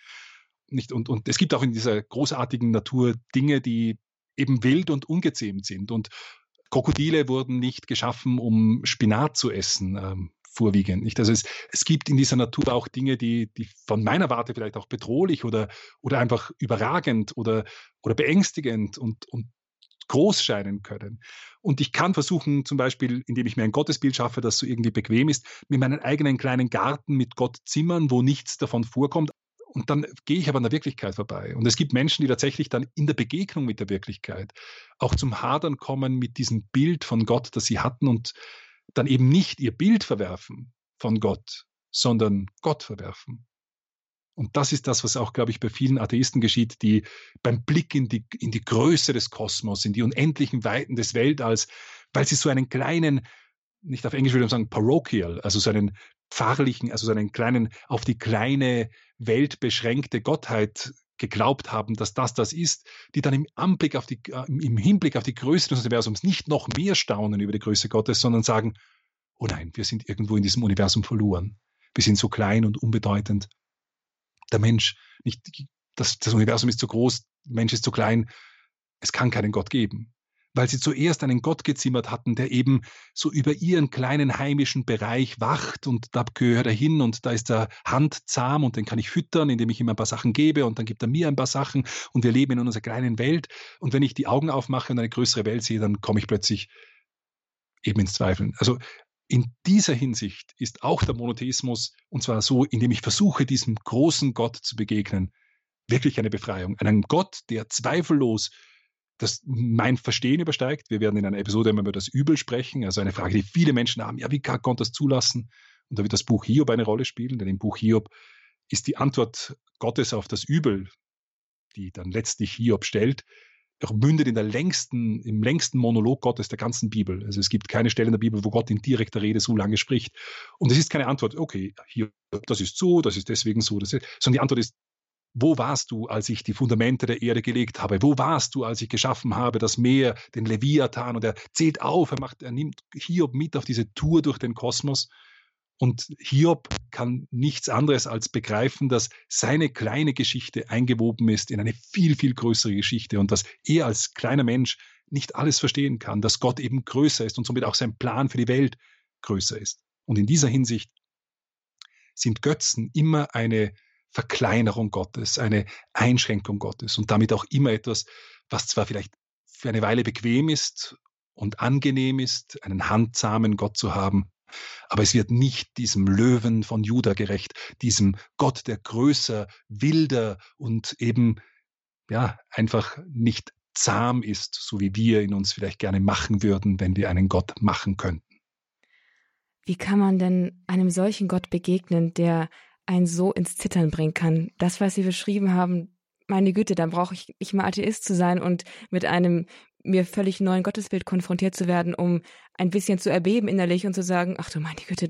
Und es gibt auch in dieser großartigen Natur Dinge, die eben wild und ungezähmt sind. Und Krokodile wurden nicht geschaffen, um Spinat zu essen, vorwiegend. Nicht? Also es gibt in dieser Natur auch Dinge, die von meiner Warte vielleicht auch bedrohlich oder einfach überragend oder beängstigend und groß scheinen können. Und ich kann versuchen, zum Beispiel, indem ich mir ein Gottesbild schaffe, das so irgendwie bequem ist, mir meinen eigenen kleinen Garten mit Gott zimmern, wo nichts davon vorkommt. Und dann gehe ich aber an der Wirklichkeit vorbei. Und es gibt Menschen, die tatsächlich dann in der Begegnung mit der Wirklichkeit auch zum Hadern kommen mit diesem Bild von Gott, das sie hatten und dann eben nicht ihr Bild verwerfen von Gott, sondern Gott verwerfen. Und das ist das, was auch, glaube ich, bei vielen Atheisten geschieht, die beim Blick in die Größe des Kosmos, in die unendlichen Weiten des Weltalls, weil sie so einen kleinen, nicht auf Englisch würde man sagen parochial, also so einen pfarrlichen, also so einen kleinen, auf die kleine Welt beschränkte Gottheit geglaubt haben, dass das ist, die dann im Hinblick auf die Größe des Universums nicht noch mehr staunen über die Größe Gottes, sondern sagen, oh nein, wir sind irgendwo in diesem Universum verloren. Wir sind so klein und unbedeutend. Der Mensch, das Universum ist zu groß, der Mensch ist zu klein, es kann keinen Gott geben. Weil sie zuerst einen Gott gezimmert hatten, der eben so über ihren kleinen heimischen Bereich wacht und da gehört er hin und da ist er handzahm und den kann ich füttern, indem ich ihm ein paar Sachen gebe und dann gibt er mir ein paar Sachen und wir leben in unserer kleinen Welt und wenn ich die Augen aufmache und eine größere Welt sehe, dann komme ich plötzlich eben ins Zweifeln. Also in dieser Hinsicht ist auch der Monotheismus, und zwar so, indem ich versuche, diesem großen Gott zu begegnen, wirklich eine Befreiung. Einem Gott, der zweifellos das mein Verstehen übersteigt. Wir werden in einer Episode immer über das Übel sprechen, also eine Frage, die viele Menschen haben. Ja, wie kann Gott das zulassen? Und da wird das Buch Hiob eine Rolle spielen, denn im Buch Hiob ist die Antwort Gottes auf das Übel, die dann letztlich Hiob stellt, auch mündet im längsten Monolog Gottes der ganzen Bibel. Also es gibt keine Stelle in der Bibel, wo Gott in direkter Rede so lange spricht. Und es ist keine Antwort, okay, Hiob, das ist so, das ist deswegen so, sondern die Antwort ist, wo warst du, als ich die Fundamente der Erde gelegt habe? Wo warst du, als ich geschaffen habe, das Meer, den Leviathan? Und er zählt auf, er nimmt Hiob mit auf diese Tour durch den Kosmos. Und Hiob kann nichts anderes als begreifen, dass seine kleine Geschichte eingewoben ist in eine viel, viel größere Geschichte und dass er als kleiner Mensch nicht alles verstehen kann, dass Gott eben größer ist und somit auch sein Plan für die Welt größer ist. Und in dieser Hinsicht sind Götzen immer eine Verkleinerung Gottes, eine Einschränkung Gottes und damit auch immer etwas, was zwar vielleicht für eine Weile bequem ist und angenehm ist, einen handzamen Gott zu haben, aber es wird nicht diesem Löwen von Juda gerecht, diesem Gott, der größer, wilder und eben ja einfach nicht zahm ist, so wie wir ihn uns vielleicht gerne machen würden, wenn wir einen Gott machen könnten. Wie kann man denn einem solchen Gott begegnen, der einen so ins Zittern bringen kann? Das, was Sie beschrieben haben, meine Güte, dann brauche ich nicht mal Atheist zu sein und mit einem mir völlig neuen Gottesbild konfrontiert zu werden, um ein bisschen zu erbeben innerlich und zu sagen, ach du meine Güte,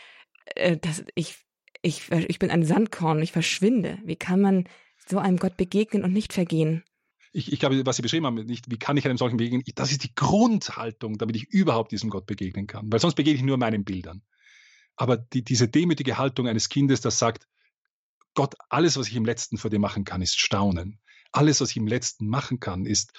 ich bin ein Sandkorn, ich verschwinde. Wie kann man so einem Gott begegnen und nicht vergehen? Ich glaube, was Sie beschrieben haben, nicht, wie kann ich einem solchen begegnen, das ist die Grundhaltung, damit ich überhaupt diesem Gott begegnen kann. Weil sonst begegne ich nur meinen Bildern. Aber diese demütige Haltung eines Kindes, das sagt, Gott, alles, was ich im Letzten vor dir machen kann, ist staunen. Alles, was ich im Letzten machen kann, ist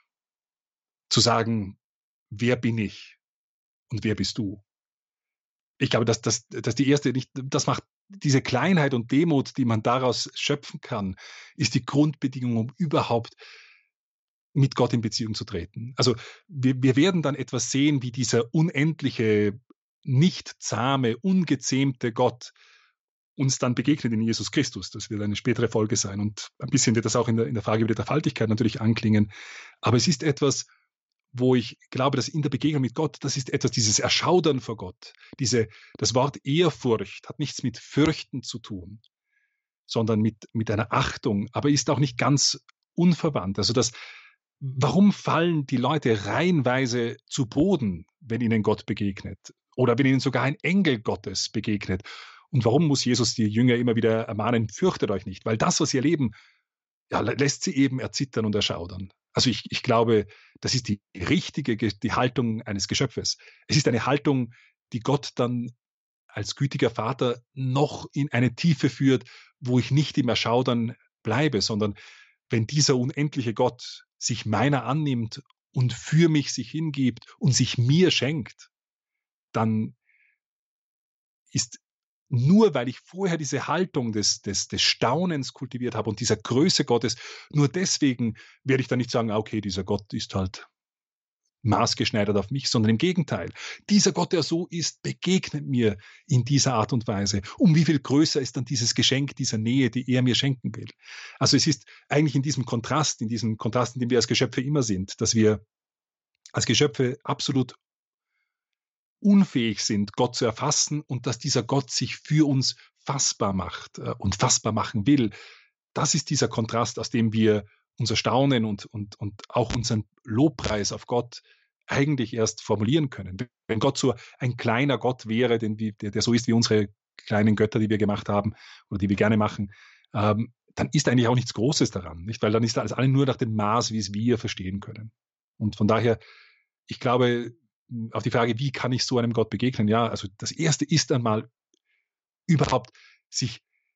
zu sagen, wer bin ich und wer bist du? Ich glaube, dass die erste, das macht diese Kleinheit und Demut, die man daraus schöpfen kann, ist die Grundbedingung, um überhaupt mit Gott in Beziehung zu treten. Also wir werden dann etwas sehen, wie dieser unendliche, nicht zahme, ungezähmte Gott uns dann begegnet in Jesus Christus. Das wird eine spätere Folge sein und ein bisschen wird das auch in der Frage über die Dreifaltigkeit natürlich anklingen. Aber es ist etwas, wo ich glaube, dass in der Begegnung mit Gott, das ist etwas, dieses Erschaudern vor Gott. Das Wort Ehrfurcht hat nichts mit Fürchten zu tun, sondern mit einer Achtung, aber ist auch nicht ganz unverwandt. Also warum fallen die Leute reihenweise zu Boden, wenn ihnen Gott begegnet? Oder wenn ihnen sogar ein Engel Gottes begegnet? Und warum muss Jesus die Jünger immer wieder ermahnen, fürchtet euch nicht? Weil das, was sie erleben, ja, lässt sie eben erzittern und erschaudern. Also ich glaube, das ist die Haltung eines Geschöpfes. Es ist eine Haltung, die Gott dann als gütiger Vater noch in eine Tiefe führt, wo ich nicht im Erschaudern bleibe, sondern wenn dieser unendliche Gott sich meiner annimmt und für mich sich hingibt und sich mir schenkt, dann ist nur weil ich vorher diese Haltung des Staunens kultiviert habe und dieser Größe Gottes, nur deswegen werde ich dann nicht sagen, okay, dieser Gott ist halt maßgeschneidert auf mich, sondern im Gegenteil. Dieser Gott, der so ist, begegnet mir in dieser Art und Weise. Um wie viel größer ist dann dieses Geschenk dieser Nähe, die er mir schenken will. Also es ist eigentlich in diesem Kontrast, in dem wir als Geschöpfe immer sind, dass wir als Geschöpfe absolut unfähig sind, Gott zu erfassen und dass dieser Gott sich für uns fassbar macht und fassbar machen will. Das ist dieser Kontrast, aus dem wir unser Staunen und auch unseren Lobpreis auf Gott eigentlich erst formulieren können. Wenn Gott so ein kleiner Gott wäre, der so ist wie unsere kleinen Götter, die wir gemacht haben oder die wir gerne machen, dann ist eigentlich auch nichts Großes daran, nicht? Weil dann ist alles alle nur nach dem Maß, wie es wir verstehen können. Und von daher, ich glaube, auf die Frage, wie kann ich so einem Gott begegnen? Ja, also das Erste ist einmal überhaupt sich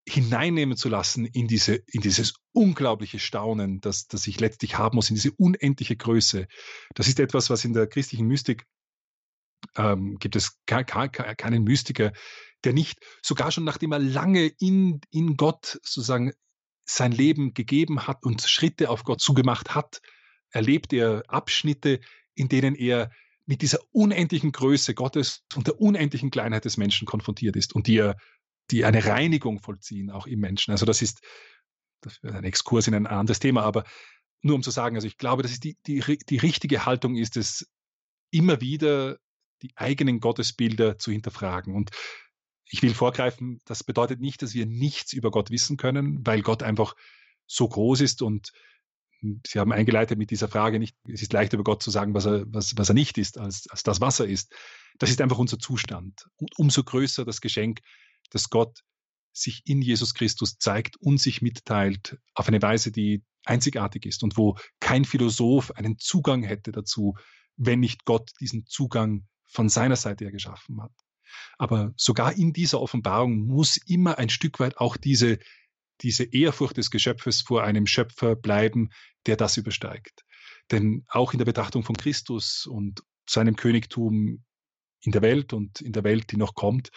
hineinnehmen zu lassen in dieses unglaubliche Staunen, das ich letztlich haben muss, in diese unendliche Größe. Das ist etwas, was in der christlichen Mystik gibt es keinen Mystiker, der nicht, sogar schon nachdem er lange in Gott sozusagen sein Leben gegeben hat und Schritte auf Gott zugemacht hat, erlebt er Abschnitte, in denen er mit dieser unendlichen Größe Gottes und der unendlichen Kleinheit des Menschen konfrontiert ist und die eine Reinigung vollziehen, auch im Menschen. Also das ist ein Exkurs in ein anderes Thema, aber nur um zu sagen, also ich glaube, dass es die richtige Haltung ist, es immer wieder die eigenen Gottesbilder zu hinterfragen. Und ich will vorgreifen, das bedeutet nicht, dass wir nichts über Gott wissen können, weil Gott einfach so groß ist und Sie haben eingeleitet mit dieser Frage, nicht, es ist leichter über Gott zu sagen, was er nicht ist, als das, was er ist. Das ist einfach unser Zustand. Und umso größer das Geschenk, dass Gott sich in Jesus Christus zeigt und sich mitteilt auf eine Weise, die einzigartig ist und wo kein Philosoph einen Zugang hätte dazu, wenn nicht Gott diesen Zugang von seiner Seite her geschaffen hat. Aber sogar in dieser Offenbarung muss immer ein Stück weit auch diese Ehrfurcht des Geschöpfes vor einem Schöpfer bleiben, der das übersteigt. Denn auch in der Betrachtung von Christus und seinem Königtum in der Welt und in der Welt, die noch kommt,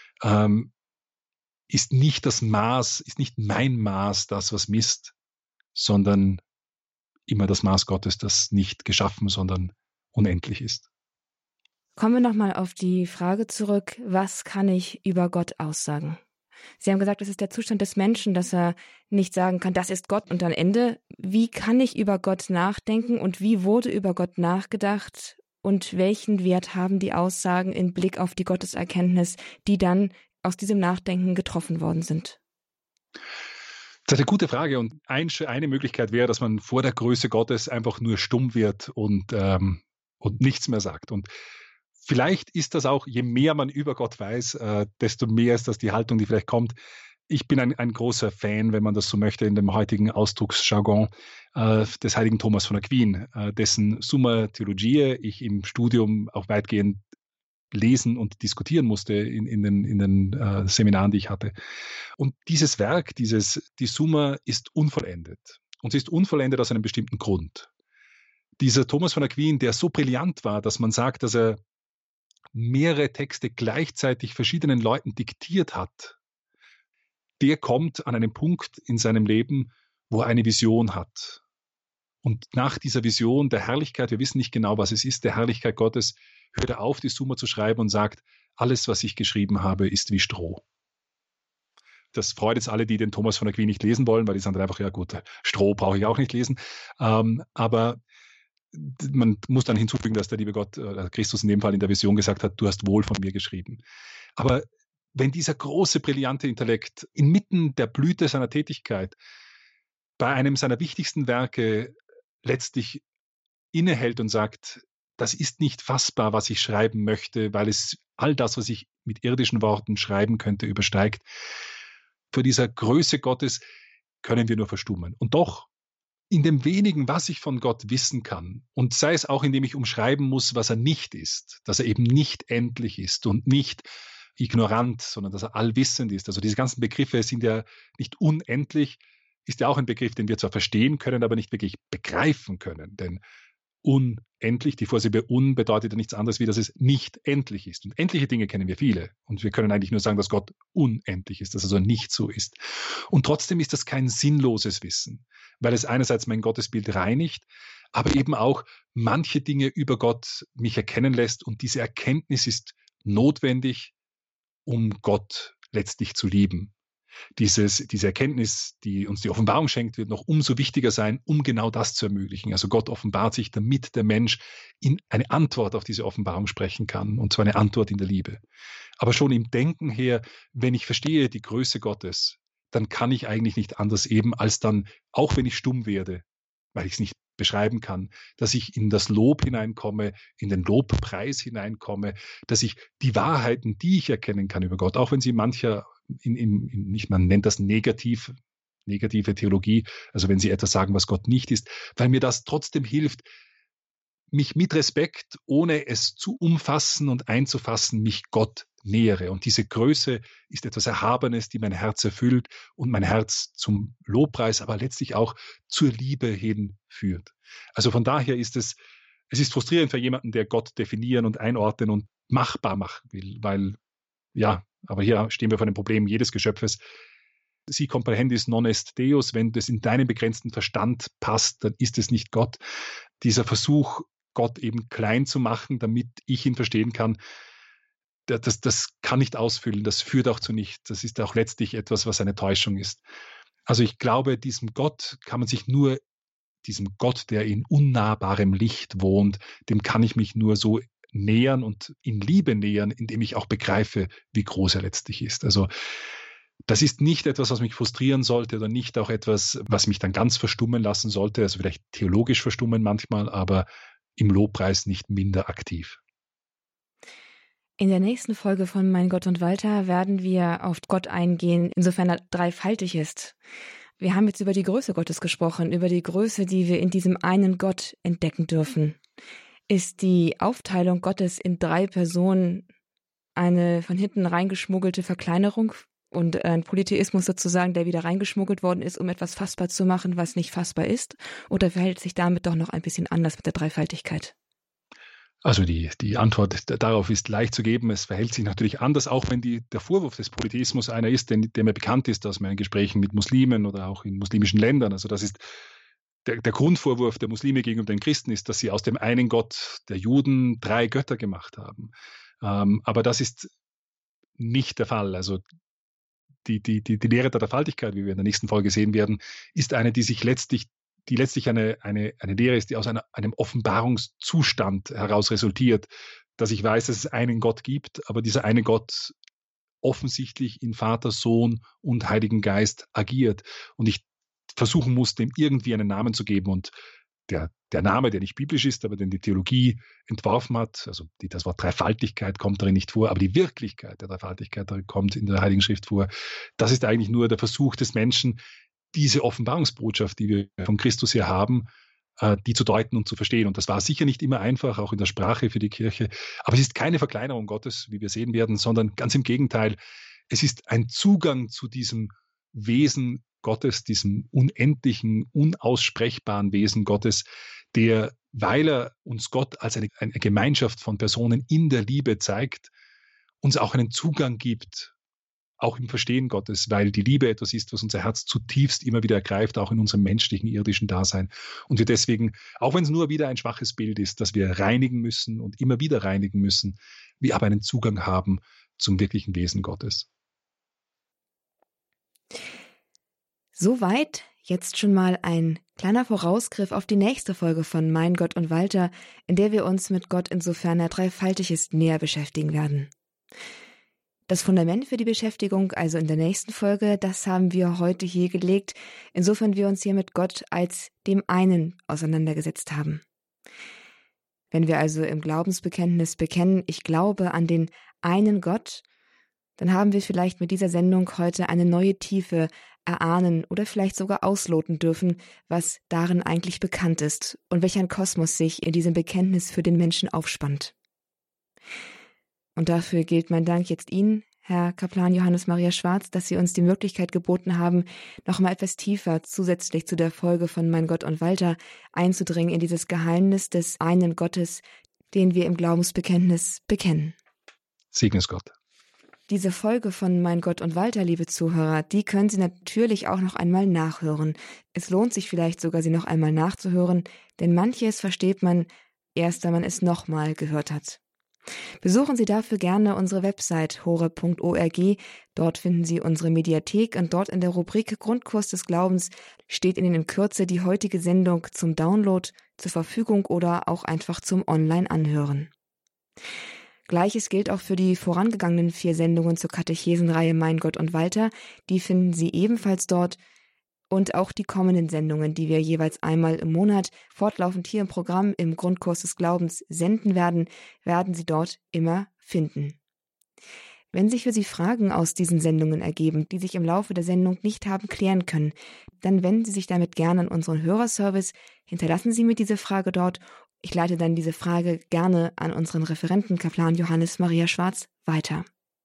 ist nicht mein Maß das, was misst, sondern immer das Maß Gottes, das nicht geschaffen, sondern unendlich ist. Kommen wir nochmal auf die Frage zurück, was kann ich über Gott aussagen? Sie haben gesagt, es ist der Zustand des Menschen, dass er nicht sagen kann, das ist Gott und dann Ende. Wie kann ich über Gott nachdenken und wie wurde über Gott nachgedacht und welchen Wert haben die Aussagen im Blick auf die Gotteserkenntnis, die dann aus diesem Nachdenken getroffen worden sind? Das ist eine gute Frage und eine Möglichkeit wäre, dass man vor der Größe Gottes einfach nur stumm wird und nichts mehr sagt. Und vielleicht ist das auch, je mehr man über Gott weiß, desto mehr ist das die Haltung, die vielleicht kommt. Ich bin ein großer Fan, wenn man das so möchte, in dem heutigen Ausdrucksjargon des heiligen Thomas von Aquin, dessen Summa Theologiae ich im Studium auch weitgehend lesen und diskutieren musste in den Seminaren, die ich hatte. Und dieses Werk, die Summa, ist unvollendet. Und sie ist unvollendet aus einem bestimmten Grund. Dieser Thomas von Aquin, der so brillant war, dass man sagt, dass er mehrere Texte gleichzeitig verschiedenen Leuten diktiert hat, der kommt an einen Punkt in seinem Leben, wo er eine Vision hat. Und nach dieser Vision der Herrlichkeit, wir wissen nicht genau, was es ist, der Herrlichkeit Gottes, hört er auf, die Summa zu schreiben und sagt, alles, was ich geschrieben habe, ist wie Stroh. Das freut jetzt alle, die den Thomas von Aquin nicht lesen wollen, weil die sagen dann einfach, ja gut, Stroh brauche ich auch nicht lesen. Aber man muss dann hinzufügen, dass der liebe Gott, Christus in dem Fall in der Vision gesagt hat, du hast wohl von mir geschrieben. Aber wenn dieser große, brillante Intellekt inmitten der Blüte seiner Tätigkeit bei einem seiner wichtigsten Werke letztlich innehält und sagt, das ist nicht fassbar, was ich schreiben möchte, weil es all das, was ich mit irdischen Worten schreiben könnte, übersteigt. Vor dieser Größe Gottes können wir nur verstummen. Und doch, in dem wenigen, was ich von Gott wissen kann, und sei es auch, indem ich umschreiben muss, was er nicht ist, dass er eben nicht endlich ist und nicht ignorant, sondern dass er allwissend ist. Also diese ganzen Begriffe sind ja nicht unendlich, ist ja auch ein Begriff, den wir zwar verstehen können, aber nicht wirklich begreifen können. Denn unendlich, die Vorsilbe un bedeutet ja nichts anderes, wie dass es nicht endlich ist. Und endliche Dinge kennen wir viele. Und wir können eigentlich nur sagen, dass Gott unendlich ist, dass er so nicht so ist. Und trotzdem ist das kein sinnloses Wissen, weil es einerseits mein Gottesbild reinigt, aber eben auch manche Dinge über Gott mich erkennen lässt. Und diese Erkenntnis ist notwendig, um Gott letztlich zu lieben. Diese Erkenntnis, die uns die Offenbarung schenkt, wird noch umso wichtiger sein, um genau das zu ermöglichen. Also Gott offenbart sich, damit der Mensch in eine Antwort auf diese Offenbarung sprechen kann, und zwar eine Antwort in der Liebe. Aber schon im Denken her, wenn ich verstehe die Größe Gottes, dann kann ich eigentlich nicht anders eben, als dann, auch wenn ich stumm werde, weil ich es nicht beschreiben kann, dass ich in das Lob hineinkomme, in den Lobpreis hineinkomme, dass ich die Wahrheiten, die ich erkennen kann über Gott, auch wenn sie mancher nicht, man nennt das negative Theologie, also wenn sie etwas sagen, was Gott nicht ist, weil mir das trotzdem hilft, mich mit Respekt, ohne es zu umfassen und einzufassen, mich Gott nähere. Und diese Größe ist etwas Erhabenes, die mein Herz erfüllt und mein Herz zum Lobpreis, aber letztlich auch zur Liebe hinführt. Also von daher ist es ist frustrierend für jemanden, der Gott definieren und einordnen und machbar machen will, weil, ja, aber hier stehen wir vor dem Problem jedes Geschöpfes. Si comprehendis non est Deus, wenn das in deinen begrenzten Verstand passt, dann ist es nicht Gott. Dieser Versuch, Gott eben klein zu machen, damit ich ihn verstehen kann, das kann nicht ausfüllen, das führt auch zu nichts. Das ist auch letztlich etwas, was eine Täuschung ist. Also ich glaube, diesem Gott, der in unnahbarem Licht wohnt, dem kann ich mich nur so nähern und in Liebe nähern, indem ich auch begreife, wie groß er letztlich ist. Also das ist nicht etwas, was mich frustrieren sollte oder nicht auch etwas, was mich dann ganz verstummen lassen sollte, also vielleicht theologisch verstummen manchmal, aber im Lobpreis nicht minder aktiv. In der nächsten Folge von Mein Gott und Walter werden wir auf Gott eingehen, insofern er dreifaltig ist. Wir haben jetzt über die Größe Gottes gesprochen, über die Größe, die wir in diesem einen Gott entdecken dürfen. Ist die Aufteilung Gottes in 3 Personen eine von hinten reingeschmuggelte Verkleinerung und ein Polytheismus sozusagen, der wieder reingeschmuggelt worden ist, um etwas fassbar zu machen, was nicht fassbar ist? Oder verhält sich damit doch noch ein bisschen anders mit der Dreifaltigkeit? Also die Antwort darauf ist leicht zu geben. Es verhält sich natürlich anders, auch wenn der Vorwurf des Polytheismus einer ist, der mir bekannt ist aus meinen Gesprächen mit Muslimen oder auch in muslimischen Ländern. Also das ist der Grundvorwurf der Muslime gegenüber den Christen ist, dass sie aus dem einen Gott der Juden 3 Götter gemacht haben. Aber das ist nicht der Fall. Also die Lehre der Dreifaltigkeit, wie wir in der nächsten Folge sehen werden, ist eine, die letztlich eine Lehre ist, die aus einem Offenbarungszustand heraus resultiert, dass ich weiß, dass es einen Gott gibt, aber dieser eine Gott offensichtlich in Vater, Sohn und Heiligen Geist agiert und ich versuchen muss, dem irgendwie einen Namen zu geben und der Name, der nicht biblisch ist, aber den die Theologie entworfen hat, also das Wort Dreifaltigkeit kommt darin nicht vor, aber die Wirklichkeit der Dreifaltigkeit kommt in der Heiligen Schrift vor. Das ist eigentlich nur der Versuch des Menschen, diese Offenbarungsbotschaft, die wir von Christus hier haben, die zu deuten und zu verstehen. Und das war sicher nicht immer einfach, auch in der Sprache für die Kirche. Aber es ist keine Verkleinerung Gottes, wie wir sehen werden, sondern ganz im Gegenteil. Es ist ein Zugang zu diesem Wesen Gottes, diesem unendlichen, unaussprechbaren Wesen Gottes, der, weil er uns Gott als eine Gemeinschaft von Personen in der Liebe zeigt, uns auch einen Zugang gibt, auch im Verstehen Gottes, weil die Liebe etwas ist, was unser Herz zutiefst immer wieder ergreift, auch in unserem menschlichen, irdischen Dasein. Und wir deswegen, auch wenn es nur wieder ein schwaches Bild ist, dass wir reinigen müssen und immer wieder reinigen müssen, wir aber einen Zugang haben zum wirklichen Wesen Gottes. Soweit jetzt schon mal ein kleiner Vorausgriff auf die nächste Folge von Mein Gott und Walter, in der wir uns mit Gott, insofern er dreifaltig ist, näher beschäftigen werden. Das Fundament für die Beschäftigung, also in der nächsten Folge, das haben wir heute hier gelegt, insofern wir uns hier mit Gott als dem einen auseinandergesetzt haben. Wenn wir also im Glaubensbekenntnis bekennen, ich glaube an den einen Gott, dann haben wir vielleicht mit dieser Sendung heute eine neue Tiefe erahnen oder vielleicht sogar ausloten dürfen, was darin eigentlich bekannt ist und welch ein Kosmos sich in diesem Bekenntnis für den Menschen aufspannt. Und dafür gilt mein Dank jetzt Ihnen, Herr Kaplan Johannes Maria Schwarz, dass Sie uns die Möglichkeit geboten haben, noch mal etwas tiefer zusätzlich zu der Folge von Mein Gott und Walter einzudringen in dieses Geheimnis des einen Gottes, den wir im Glaubensbekenntnis bekennen. Segne es Gott. Diese Folge von Mein Gott und Walter, liebe Zuhörer, die können Sie natürlich auch noch einmal nachhören. Es lohnt sich vielleicht sogar, sie noch einmal nachzuhören, denn manches versteht man erst, wenn man es nochmal gehört hat. Besuchen Sie dafür gerne unsere Website horeb.org. Dort finden Sie unsere Mediathek und dort in der Rubrik Grundkurs des Glaubens steht Ihnen in Kürze die heutige Sendung zum Download zur Verfügung oder auch einfach zum Online-Anhören. Gleiches gilt auch für die vorangegangenen 4 Sendungen zur Katechesenreihe Mein Gott und Walter. Die finden Sie ebenfalls dort. Und auch die kommenden Sendungen, die wir jeweils einmal im Monat fortlaufend hier im Programm im Grundkurs des Glaubens senden werden, werden Sie dort immer finden. Wenn sich für Sie Fragen aus diesen Sendungen ergeben, die sich im Laufe der Sendung nicht haben klären können, dann wenden Sie sich damit gerne an unseren Hörerservice, hinterlassen Sie mir diese Frage dort. Ich leite dann diese Frage gerne an unseren Referenten Kaplan Johannes Maria Schwarz weiter.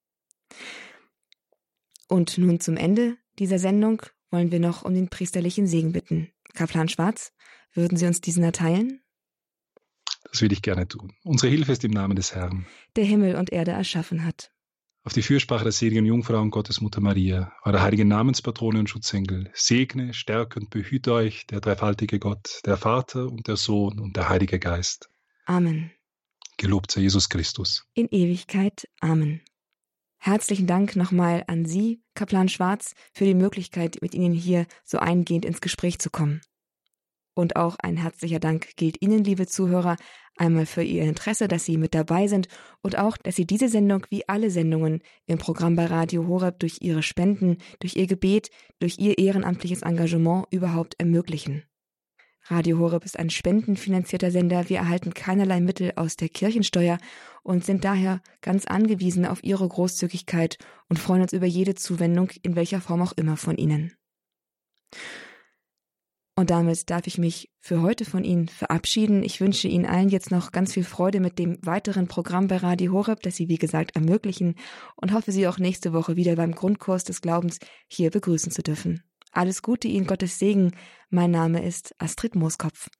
Und nun zum Ende dieser Sendung wollen wir noch um den priesterlichen Segen bitten. Kaplan Schwarz, würden Sie uns diesen erteilen? Das will ich gerne tun. Unsere Hilfe ist im Namen des Herrn, der Himmel und Erde erschaffen hat. Auf die Fürsprache der seligen Jungfrau und Gottesmutter Maria, eurer heiligen Namenspatrone und Schutzengel, segne, stärke und behüte euch der dreifaltige Gott, der Vater und der Sohn und der Heilige Geist. Amen. Gelobt sei Jesus Christus. In Ewigkeit. Amen. Herzlichen Dank nochmal an Sie, Kaplan Schwarz, für die Möglichkeit, mit Ihnen hier so eingehend ins Gespräch zu kommen. Und auch ein herzlicher Dank gilt Ihnen, liebe Zuhörer, einmal für Ihr Interesse, dass Sie mit dabei sind und auch, dass Sie diese Sendung wie alle Sendungen im Programm bei Radio Horeb durch Ihre Spenden, durch Ihr Gebet, durch Ihr ehrenamtliches Engagement überhaupt ermöglichen. Radio Horeb ist ein spendenfinanzierter Sender. Wir erhalten keinerlei Mittel aus der Kirchensteuer und sind daher ganz angewiesen auf Ihre Großzügigkeit und freuen uns über jede Zuwendung, in welcher Form auch immer, von Ihnen. Und damit darf ich mich für heute von Ihnen verabschieden. Ich wünsche Ihnen allen jetzt noch ganz viel Freude mit dem weiteren Programm bei Radio Horeb, das Sie, wie gesagt, ermöglichen, und hoffe, Sie auch nächste Woche wieder beim Grundkurs des Glaubens hier begrüßen zu dürfen. Alles Gute Ihnen, Gottes Segen. Mein Name ist Astrid Mooskopf.